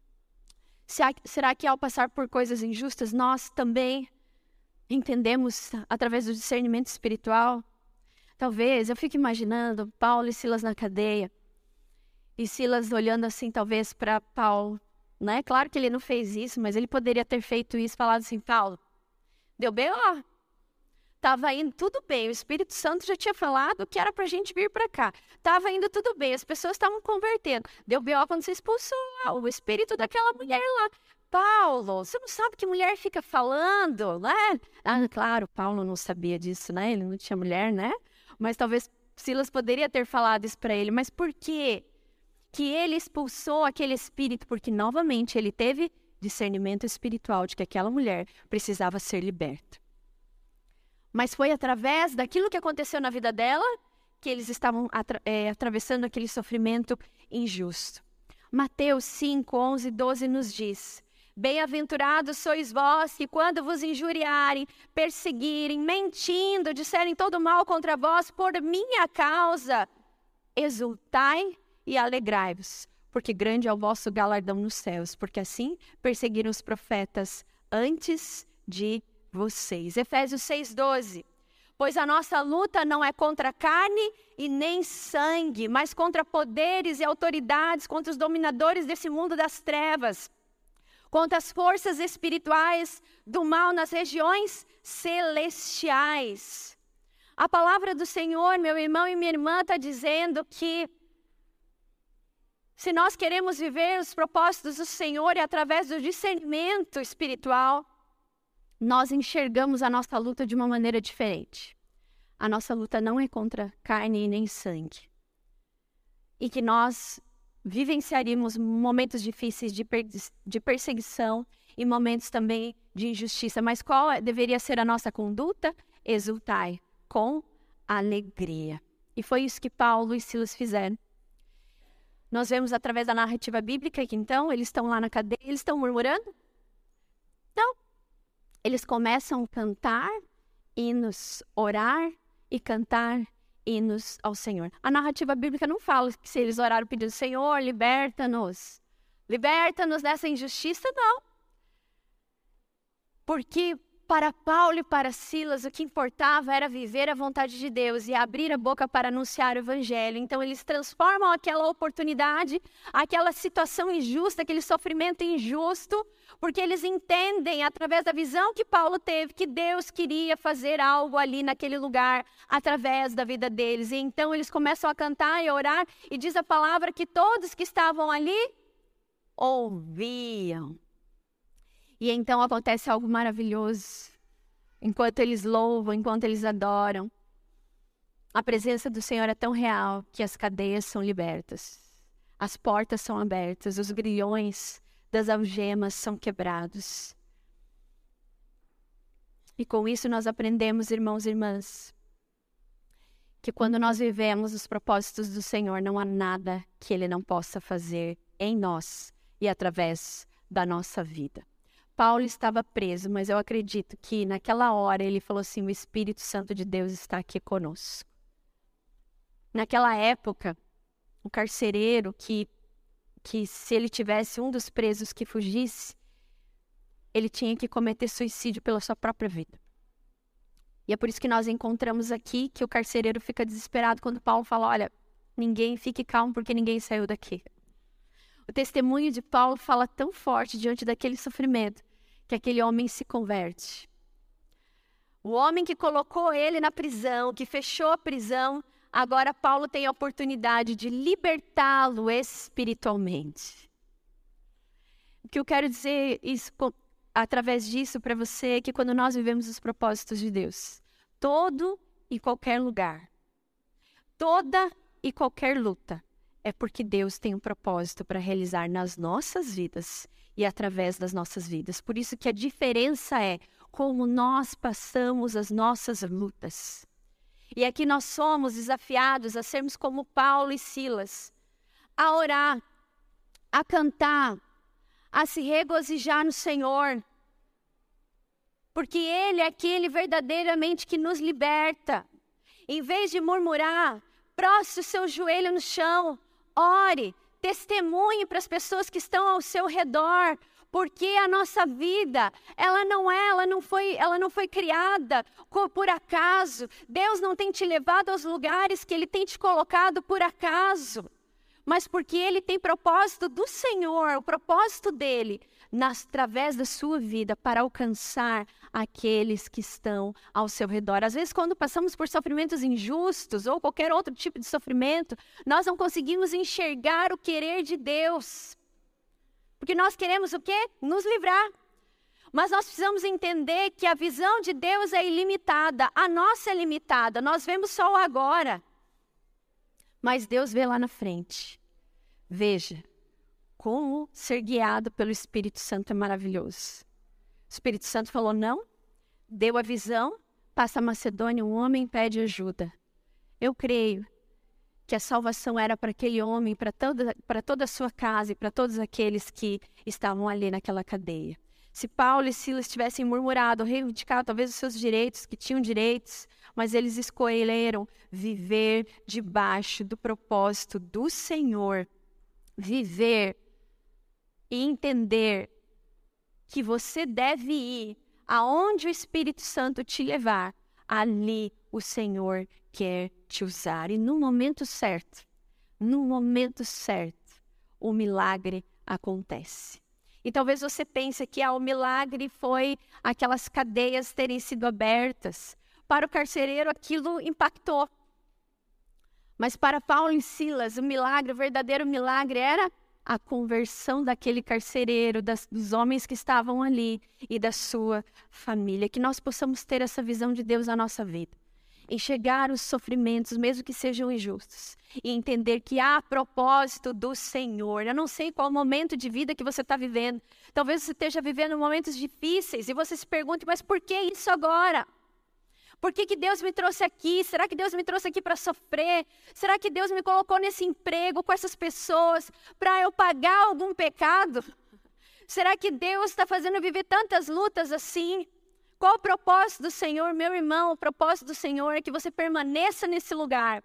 Será que ao passar por coisas injustas, nós também entendemos através do discernimento espiritual? Talvez, eu fico imaginando Paulo e Silas na cadeia. E Silas olhando assim, talvez, para Paulo. Né? Claro que ele não fez isso, mas ele poderia ter feito isso, falado assim, Paulo, deu bem lá. Estava indo tudo bem, o Espírito Santo já tinha falado que era para a gente vir para cá. Estava indo tudo bem, as pessoas estavam convertendo. Deu B O quando você expulsou o espírito daquela mulher lá. Paulo, você não sabe que mulher fica falando, né? Ah, claro, Paulo não sabia disso, né? Ele não tinha mulher, né? Mas talvez Silas poderia ter falado isso para ele. Mas por quê que ele expulsou aquele espírito? Porque, novamente, ele teve discernimento espiritual de que aquela mulher precisava ser liberta. Mas foi através daquilo que aconteceu na vida dela que eles estavam atra- é, atravessando aquele sofrimento injusto. Mateus cinco, onze, doze nos diz: bem-aventurados sois vós que quando vos injuriarem, perseguirem, mentindo, disserem todo mal contra vós por minha causa, exultai e alegrai-vos, porque grande é o vosso galardão nos céus, porque assim perseguiram os profetas antes de vocês. Efésios seis, doze. Pois a nossa luta não é contra carne e nem sangue, mas contra poderes e autoridades, contra os dominadores desse mundo das trevas, contra as forças espirituais do mal nas regiões celestiais. A palavra do Senhor, meu irmão e minha irmã, está dizendo que se nós queremos viver os propósitos do Senhor e através do discernimento espiritual, nós enxergamos a nossa luta de uma maneira diferente. A nossa luta não é contra carne e nem sangue. E que nós vivenciaríamos momentos difíceis de, per- de perseguição e momentos também de injustiça. Mas qual deveria ser a nossa conduta? Exultai com alegria. E foi isso que Paulo e Silas fizeram. Nós vemos através da narrativa bíblica que então eles estão lá na cadeia, eles estão murmurando? Não. Eles começam a cantar hinos, orar e cantar hinos ao Senhor. A narrativa bíblica não fala que se eles oraram pedindo, Senhor, liberta-nos. Liberta-nos dessa injustiça, não. Porque para Paulo e para Silas o que importava era viver a vontade de Deus e abrir a boca para anunciar o evangelho. Então eles transformam aquela oportunidade, aquela situação injusta, aquele sofrimento injusto, porque eles entendem através da visão que Paulo teve que Deus queria fazer algo ali naquele lugar através da vida deles. E então eles começam a cantar e a orar e diz a palavra que todos que estavam ali ouviam. E então acontece algo maravilhoso. Enquanto eles louvam, enquanto eles adoram, a presença do Senhor é tão real que as cadeias são libertas. As portas são abertas, os grilhões das algemas são quebrados. E com isso nós aprendemos, irmãos e irmãs, que quando nós vivemos os propósitos do Senhor, não há nada que Ele não possa fazer em nós e através da nossa vida. Paulo estava preso, mas eu acredito que naquela hora ele falou assim, o Espírito Santo de Deus está aqui conosco. Naquela época, o carcereiro que, que se ele tivesse um dos presos que fugisse, ele tinha que cometer suicídio pela sua própria vida. E é por isso que nós encontramos aqui que o carcereiro fica desesperado quando Paulo fala, olha, ninguém, fique calmo porque ninguém saiu daqui. O testemunho de Paulo fala tão forte diante daquele sofrimento que aquele homem se converte. O homem que colocou ele na prisão, que fechou a prisão, agora Paulo tem a oportunidade de libertá-lo espiritualmente. O que eu quero dizer isso, através disso para você é que quando nós vivemos os propósitos de Deus, todo e qualquer lugar, toda e qualquer luta, é porque Deus tem um propósito para realizar nas nossas vidas e através das nossas vidas. Por isso que a diferença é como nós passamos as nossas lutas. E aqui nós somos desafiados a sermos como Paulo e Silas, a orar, a cantar, a se regozijar no Senhor, porque Ele é aquele verdadeiramente que nos liberta. Em vez de murmurar, proste o seu joelho no chão, ore, testemunhe para as pessoas que estão ao seu redor, porque a nossa vida, ela não é, ela não foi, ela não foi criada por acaso. Deus não tem te levado aos lugares que Ele tem te colocado por acaso, mas porque Ele tem propósito do Senhor, o propósito dEle, nas, através da sua vida, para alcançar aqueles que estão ao seu redor. Às vezes, quando passamos por sofrimentos injustos ou qualquer outro tipo de sofrimento, nós não conseguimos enxergar o querer de Deus. Porque nós queremos o quê? Nos livrar. Mas nós precisamos entender que a visão de Deus é ilimitada, a nossa é limitada, nós vemos só o agora. Mas Deus vê lá na frente. Veja, como ser guiado pelo Espírito Santo é maravilhoso. O Espírito Santo falou não, deu a visão, passa a Macedônia, um homem pede ajuda. Eu creio que a salvação era para aquele homem, para toda, para toda a sua casa e para todos aqueles que estavam ali naquela cadeia. Se Paulo e Silas tivessem murmurado, reivindicado talvez os seus direitos, que tinham direitos, mas eles escolheram viver debaixo do propósito do Senhor, viver e entender que você deve ir aonde o Espírito Santo te levar, ali o Senhor quer te usar. E no momento certo, no momento certo, o milagre acontece. E talvez você pense que ah, o milagre foi aquelas cadeias terem sido abertas. Para o carcereiro aquilo impactou. Mas para Paulo e Silas, o milagre, o verdadeiro milagre era a conversão daquele carcereiro, das, dos homens que estavam ali e da sua família. Que nós possamos ter essa visão de Deus na nossa vida. Enxergar os sofrimentos, mesmo que sejam injustos, e entender que há propósito do Senhor. Eu não sei qual momento de vida que você está vivendo. Talvez você esteja vivendo momentos difíceis e você se pergunte, mas por que isso agora? Por que que Deus me trouxe aqui? Será que Deus me trouxe aqui para sofrer? Será que Deus me colocou nesse emprego com essas pessoas para eu pagar algum pecado? Será que Deus está fazendo eu viver tantas lutas assim? Qual o propósito do Senhor, meu irmão? O propósito do Senhor é que você permaneça nesse lugar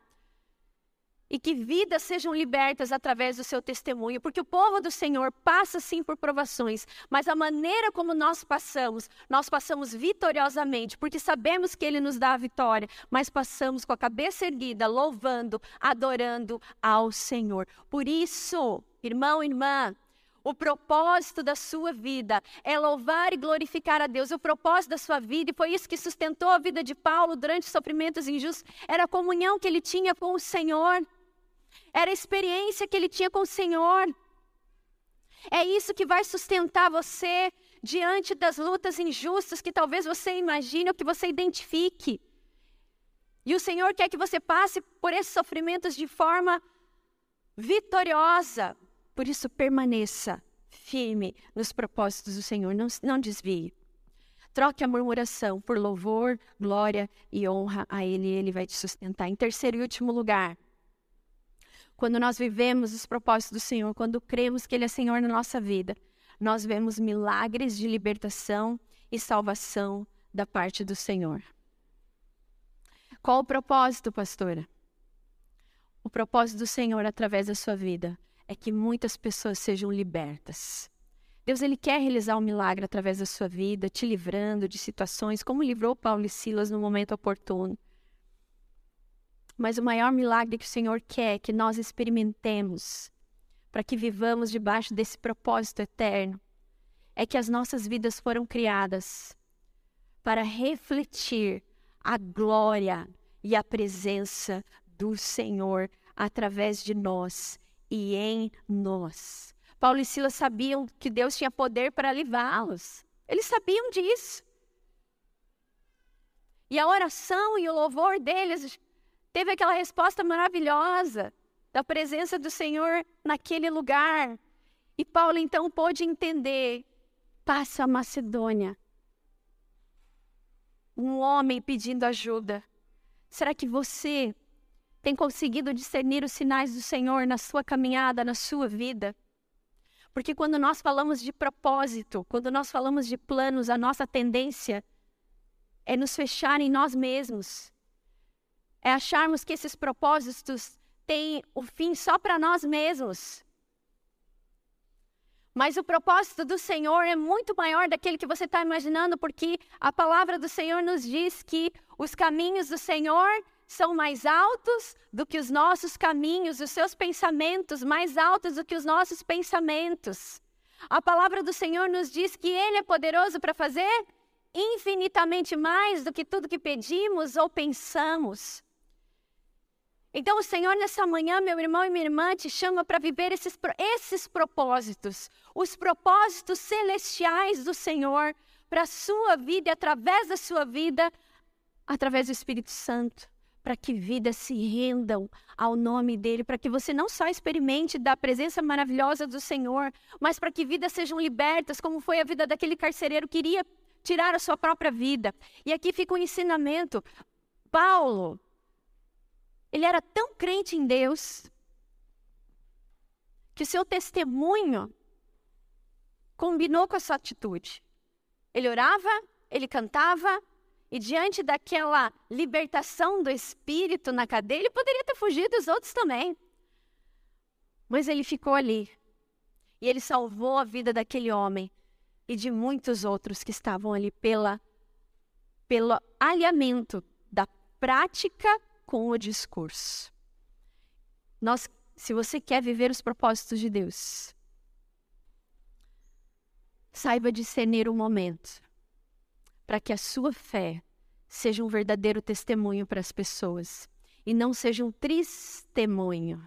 e que vidas sejam libertas através do seu testemunho, porque o povo do Senhor passa sim por provações, mas a maneira como nós passamos, nós passamos vitoriosamente, porque sabemos que Ele nos dá a vitória, mas passamos com a cabeça erguida, louvando, adorando ao Senhor. Por isso, irmão e irmã, o propósito da sua vida é louvar e glorificar a Deus. O propósito da sua vida, e foi isso que sustentou a vida de Paulo durante os sofrimentos injustos, era a comunhão que ele tinha com o Senhor. Era a experiência que ele tinha com o Senhor. É isso que vai sustentar você diante das lutas injustas que talvez você imagine ou que você identifique. E o Senhor quer que você passe por esses sofrimentos de forma vitoriosa. Por isso, permaneça firme nos propósitos do Senhor, não, não desvie. Troque a murmuração por louvor, glória e honra a Ele, e Ele vai te sustentar. Em terceiro e último lugar, quando nós vivemos os propósitos do Senhor, quando cremos que Ele é Senhor na nossa vida, nós vemos milagres de libertação e salvação da parte do Senhor. Qual o propósito, pastora? O propósito do Senhor através da sua vida é que muitas pessoas sejam libertas, Deus, Ele quer realizar um milagre através da sua vida, te livrando de situações, como livrou Paulo e Silas no momento oportuno. Mas o maior milagre que o Senhor quer é que nós experimentemos, para que vivamos debaixo desse propósito eterno, é que as nossas vidas foram criadas para refletir a glória e a presença do Senhor através de nós e em nós. Paulo e Silas sabiam que Deus tinha poder para livrá-los. Eles sabiam disso. E a oração e o louvor deles teve aquela resposta maravilhosa da presença do Senhor naquele lugar. E Paulo então pôde entender, passa a Macedônia. Um homem pedindo ajuda. Será que você tem conseguido discernir os sinais do Senhor na sua caminhada, na sua vida? Porque quando nós falamos de propósito, quando nós falamos de planos, a nossa tendência é nos fechar em nós mesmos. É acharmos que esses propósitos têm o fim só para nós mesmos. Mas o propósito do Senhor é muito maior daquele que você está imaginando, porque a palavra do Senhor nos diz que os caminhos do Senhor são mais altos do que os nossos caminhos, os seus pensamentos mais altos do que os nossos pensamentos. A palavra do Senhor nos diz que Ele é poderoso para fazer infinitamente mais do que tudo que pedimos ou pensamos. Então o Senhor nessa manhã, meu irmão e minha irmã, te chama para viver esses, esses propósitos, os propósitos celestiais do Senhor para a sua vida e através da sua vida, através do Espírito Santo. Para que vidas se rendam ao nome dEle, para que você não só experimente da presença maravilhosa do Senhor, mas para que vidas sejam libertas, como foi a vida daquele carcereiro que queria tirar a sua própria vida. E aqui fica um ensinamento. Paulo, ele era tão crente em Deus, que o seu testemunho combinou com a sua atitude. Ele orava, ele cantava, e diante daquela libertação do Espírito na cadeia, ele poderia ter fugido, os outros também. Mas ele ficou ali. E ele salvou a vida daquele homem e de muitos outros que estavam ali pela, pelo alinhamento da prática com o discurso. Nós, se você quer viver os propósitos de Deus, saiba discernir o momento, para que a sua fé seja um verdadeiro testemunho para as pessoas e não seja um testemunho.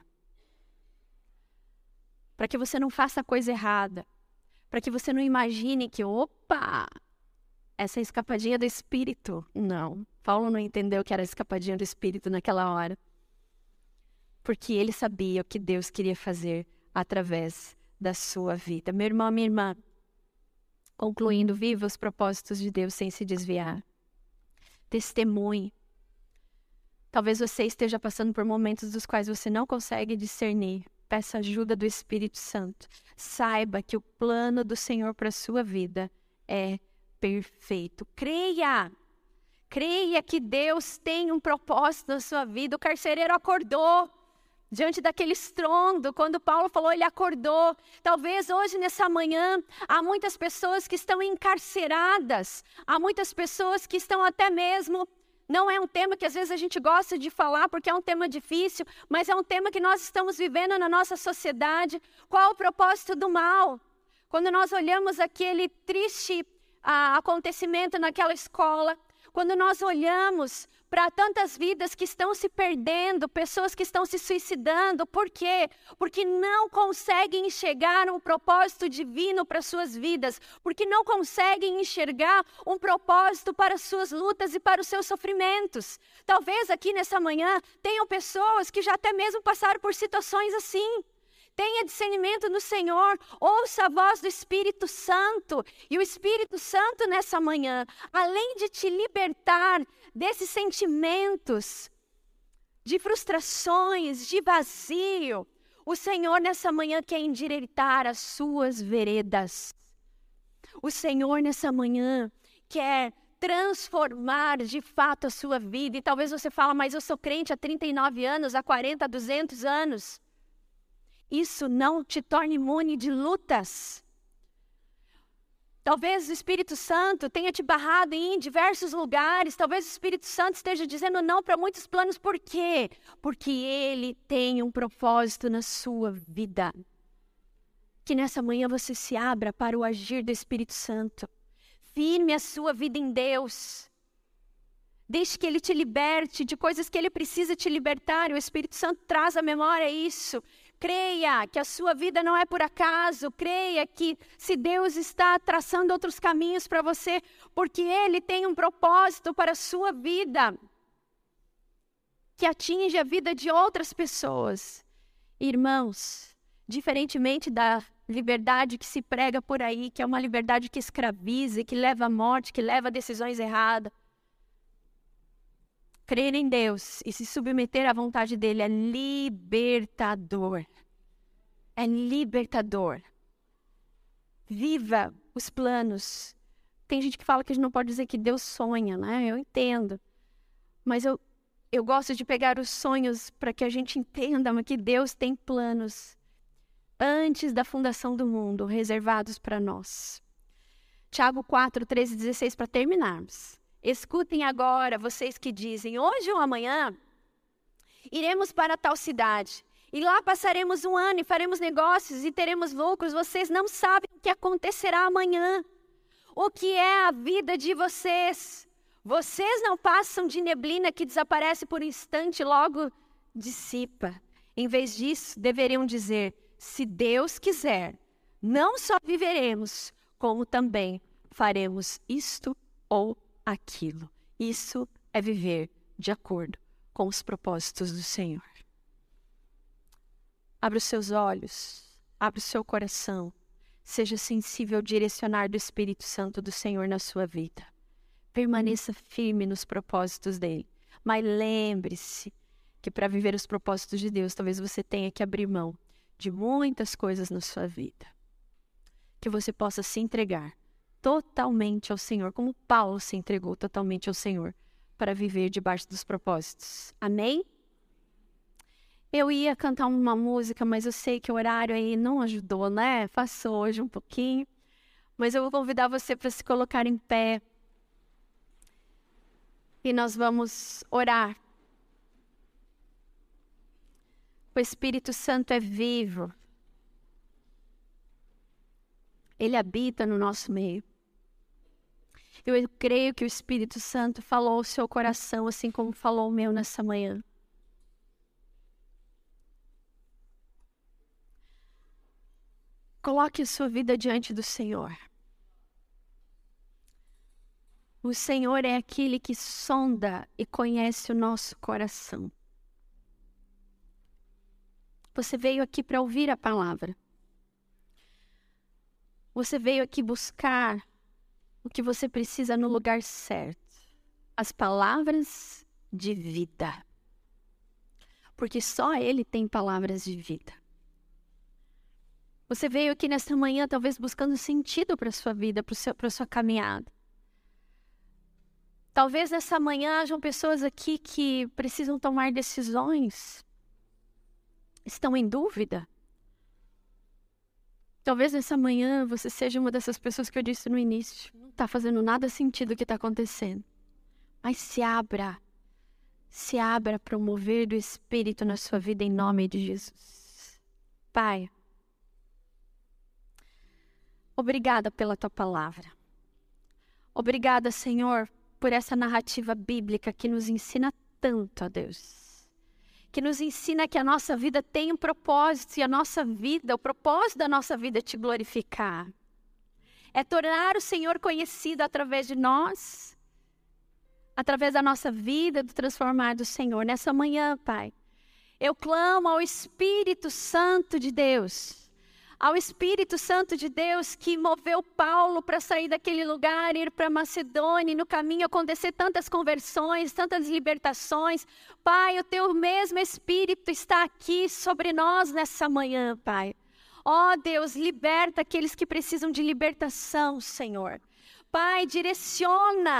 Para que você não faça a coisa errada, para que você não imagine que, opa, essa é a escapadinha do Espírito. Não, Paulo não entendeu que era a escapadinha do Espírito naquela hora, porque ele sabia o que Deus queria fazer através da sua vida. Meu irmão, minha irmã, concluindo, viva os propósitos de Deus sem se desviar. Testemunhe. Talvez você esteja passando por momentos dos quais você não consegue discernir. Peça ajuda do Espírito Santo. Saiba que o plano do Senhor para a sua vida é perfeito. Creia. Creia que Deus tem um propósito na sua vida. O carcereiro acordou diante daquele estrondo, quando Paulo falou, ele acordou. Talvez hoje, nessa manhã, há muitas pessoas que estão encarceradas, há muitas pessoas que estão até mesmo, não é um tema que às vezes a gente gosta de falar, porque é um tema difícil, mas é um tema que nós estamos vivendo na nossa sociedade. Qual o propósito do mal? Quando nós olhamos aquele triste ah, acontecimento naquela escola, quando nós olhamos para tantas vidas que estão se perdendo, pessoas que estão se suicidando, por quê? Porque não conseguem enxergar um propósito divino para suas vidas, porque não conseguem enxergar um propósito para suas lutas e para os seus sofrimentos. Talvez aqui nessa manhã tenham pessoas que já até mesmo passaram por situações assim. Tenha discernimento no Senhor, ouça a voz do Espírito Santo. E o Espírito Santo nessa manhã, além de te libertar desses sentimentos, de frustrações, de vazio, o Senhor nessa manhã quer endireitar as suas veredas. O Senhor nessa manhã quer transformar de fato a sua vida. E talvez você fale, mas eu sou crente há trinta e nove anos, há quarenta, há duzentos anos. Isso não te torna imune de lutas. Talvez o Espírito Santo tenha te barrado em diversos lugares. Talvez o Espírito Santo esteja dizendo não para muitos planos. Por quê? Porque Ele tem um propósito na sua vida. Que nessa manhã você se abra para o agir do Espírito Santo. Firme a sua vida em Deus. Deixe que Ele te liberte de coisas que Ele precisa te libertar. O Espírito Santo traz à memória isso. Creia que a sua vida não é por acaso. Creia que se Deus está traçando outros caminhos para você, porque Ele tem um propósito para a sua vida, que atinge a vida de outras pessoas. Irmãos, diferentemente da liberdade que se prega por aí, que é uma liberdade que escraviza, que leva à morte, que leva a decisões erradas, crer em Deus e se submeter à vontade dEle é libertador. É libertador. Viva os planos. Tem gente que fala que a gente não pode dizer que Deus sonha, né? Eu entendo. Mas eu, eu gosto de pegar os sonhos para que a gente entenda que Deus tem planos antes da fundação do mundo, reservados para nós. Tiago quatro, treze e dezesseis, para terminarmos. Escutem agora, vocês que dizem, hoje ou amanhã, iremos para tal cidade, e lá passaremos um ano e faremos negócios e teremos lucros. Vocês não sabem o que acontecerá amanhã, o que é a vida de vocês. Vocês não passam de neblina que desaparece por um instante e logo dissipa. Em vez disso, deveriam dizer, se Deus quiser, não só viveremos, como também faremos isto ou aquilo. Isso é viver de acordo com os propósitos do Senhor. Abra os seus olhos, abra o seu coração, seja sensível ao direcionar do Espírito Santo do Senhor na sua vida. Permaneça firme nos propósitos dele, mas lembre-se que para viver os propósitos de Deus, talvez você tenha que abrir mão de muitas coisas na sua vida. Que você possa se entregar totalmente ao Senhor, como Paulo se entregou totalmente ao Senhor, para viver debaixo dos propósitos. Amém? Eu ia cantar uma música, mas eu sei que o horário aí não ajudou, né? Passou hoje um pouquinho. Mas eu vou convidar você para se colocar em pé. E nós vamos orar. O Espírito Santo é vivo. Ele habita no nosso meio. Eu creio que o Espírito Santo falou ao seu coração, assim como falou o meu nessa manhã. Coloque a sua vida diante do Senhor. O Senhor é aquele que sonda e conhece o nosso coração. Você veio aqui para ouvir a palavra. Você veio aqui buscar o que você precisa no lugar certo. As palavras de vida. Porque só Ele tem palavras de vida. Você veio aqui nesta manhã talvez buscando sentido para a sua vida, para a sua caminhada. Talvez nessa manhã hajam pessoas aqui que precisam tomar decisões. Estão em dúvida. Talvez nessa manhã você seja uma dessas pessoas que eu disse no início. Não está fazendo nada sentido o que está acontecendo. Mas se abra. Se abra para o mover do Espírito na sua vida em nome de Jesus. Pai, obrigada pela tua palavra. Obrigada, Senhor, por essa narrativa bíblica que nos ensina tanto, a Deus. Que nos ensina que a nossa vida tem um propósito e a nossa vida, o propósito da nossa vida é te glorificar. É tornar o Senhor conhecido através de nós, através da nossa vida, do transformar do Senhor. Nessa manhã, Pai, eu clamo ao Espírito Santo de Deus, ao Espírito Santo de Deus que moveu Paulo para sair daquele lugar, ir para Macedônia, e no caminho acontecer tantas conversões, tantas libertações. Pai, o teu mesmo Espírito está aqui sobre nós nessa manhã, Pai. Ó Deus, liberta aqueles que precisam de libertação, Senhor. Pai, direciona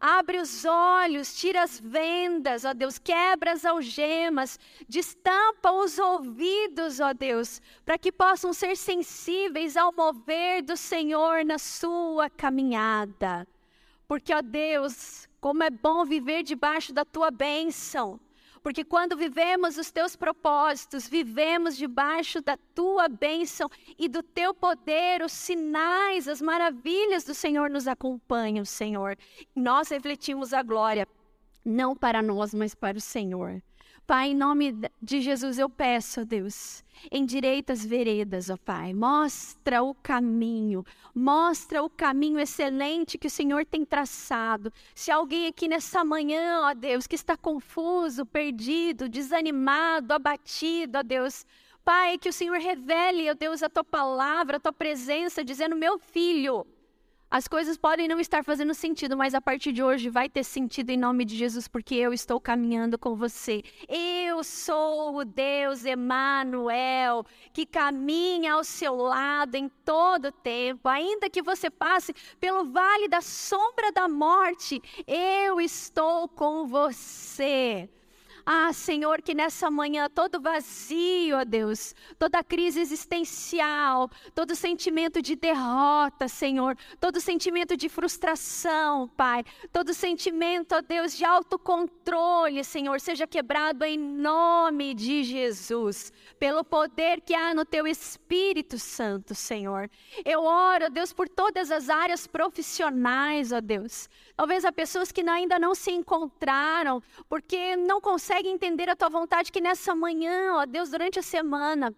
Abre os olhos, tira as vendas, ó Deus, quebra as algemas, destampa os ouvidos, ó Deus, para que possam ser sensíveis ao mover do Senhor na sua caminhada. Porque, ó Deus, como é bom viver debaixo da tua bênção. Porque quando vivemos os teus propósitos, vivemos debaixo da tua bênção e do teu poder, os sinais, as maravilhas do Senhor nos acompanham, Senhor. Nós refletimos a glória, não para nós, mas para o Senhor. Pai, em nome de Jesus eu peço, ó Deus, endireita as veredas, ó Pai. Mostra o caminho, mostra o caminho excelente que o Senhor tem traçado. Se alguém aqui nessa manhã, ó Deus, que está confuso, perdido, desanimado, abatido, ó Deus, Pai, que o Senhor revele, ó Deus, a tua palavra, a tua presença, dizendo, meu filho, as coisas podem não estar fazendo sentido, mas a partir de hoje vai ter sentido em nome de Jesus, porque eu estou caminhando com você. Eu sou o Deus Emanuel, que caminha ao seu lado em todo o tempo. Ainda que você passe pelo vale da sombra da morte, eu estou com você. Ah, Senhor, que nessa manhã todo vazio, ó Deus, toda crise existencial, todo sentimento de derrota, Senhor, todo sentimento de frustração, Pai, todo sentimento, ó Deus, de autocontrole, Senhor, seja quebrado em nome de Jesus, pelo poder que há no Teu Espírito Santo, Senhor. Eu oro, ó Deus, por todas as áreas profissionais, ó Deus. Talvez há pessoas que ainda não se encontraram, porque não conseguem entender a Tua vontade, que nessa manhã, ó Deus, durante a semana,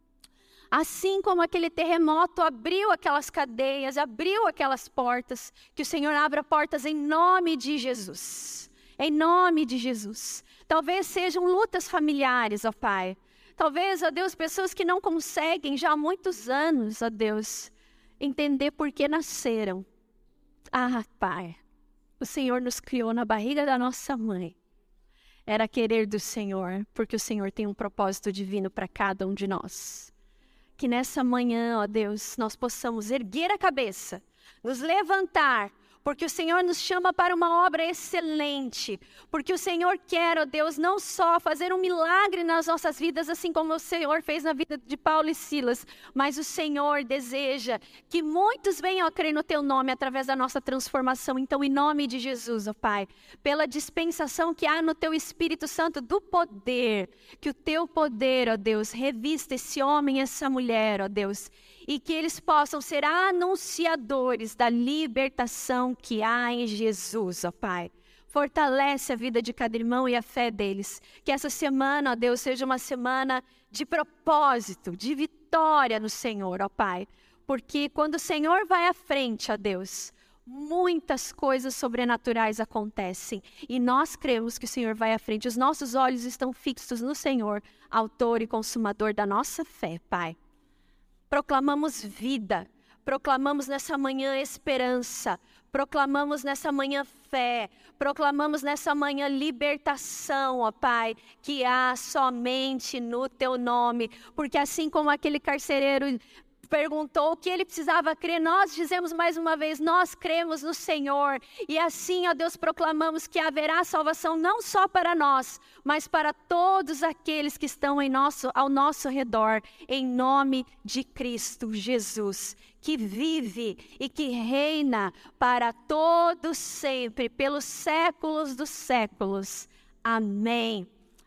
assim como aquele terremoto abriu aquelas cadeias, abriu aquelas portas, que o Senhor abra portas em nome de Jesus. Em nome de Jesus. Talvez sejam lutas familiares, ó Pai. Talvez, ó Deus, pessoas que não conseguem já há muitos anos, ó Deus, entender por que nasceram. Ah, Pai. O Senhor nos criou na barriga da nossa mãe. Era querer do Senhor, porque o Senhor tem um propósito divino para cada um de nós. Que nessa manhã, ó Deus, nós possamos erguer a cabeça, nos levantar, porque o Senhor nos chama para uma obra excelente, porque o Senhor quer, ó Deus, não só fazer um milagre nas nossas vidas, assim como o Senhor fez na vida de Paulo e Silas, mas o Senhor deseja que muitos venham a crer no Teu nome através da nossa transformação. Então, em nome de Jesus, ó Pai, pela dispensação que há no Teu Espírito Santo do poder, que o Teu poder, ó Deus, revista esse homem e essa mulher, ó Deus, e que eles possam ser anunciadores da libertação que há em Jesus, ó Pai. Fortalece a vida de cada irmão e a fé deles. Que essa semana, ó Deus, seja uma semana de propósito, de vitória no Senhor, ó Pai. Porque quando o Senhor vai à frente, ó Deus, muitas coisas sobrenaturais acontecem. E nós cremos que o Senhor vai à frente. Os nossos olhos estão fixos no Senhor, autor e consumador da nossa fé, Pai. Proclamamos vida, proclamamos nessa manhã esperança, proclamamos nessa manhã fé, proclamamos nessa manhã libertação, ó Pai, que há somente no Teu nome, porque assim como aquele carcereiro perguntou o que ele precisava crer, nós dizemos mais uma vez, nós cremos no Senhor, e assim, ó Deus, proclamamos que haverá salvação não só para nós, mas para todos aqueles que estão em nosso, ao nosso redor, em nome de Cristo Jesus, que vive e que reina para todos sempre, pelos séculos dos séculos. Amém,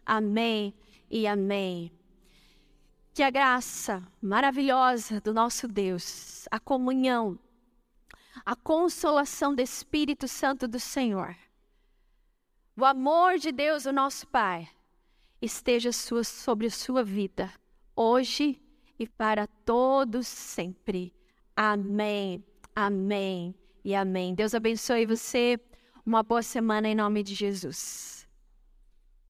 amém e amém. Que a graça maravilhosa do nosso Deus, a comunhão, a consolação do Espírito Santo do Senhor, o amor de Deus, o nosso Pai, esteja sua, sobre a sua vida, hoje e para todos sempre. Amém, amém e amém. Deus abençoe você. Uma boa semana em nome de Jesus.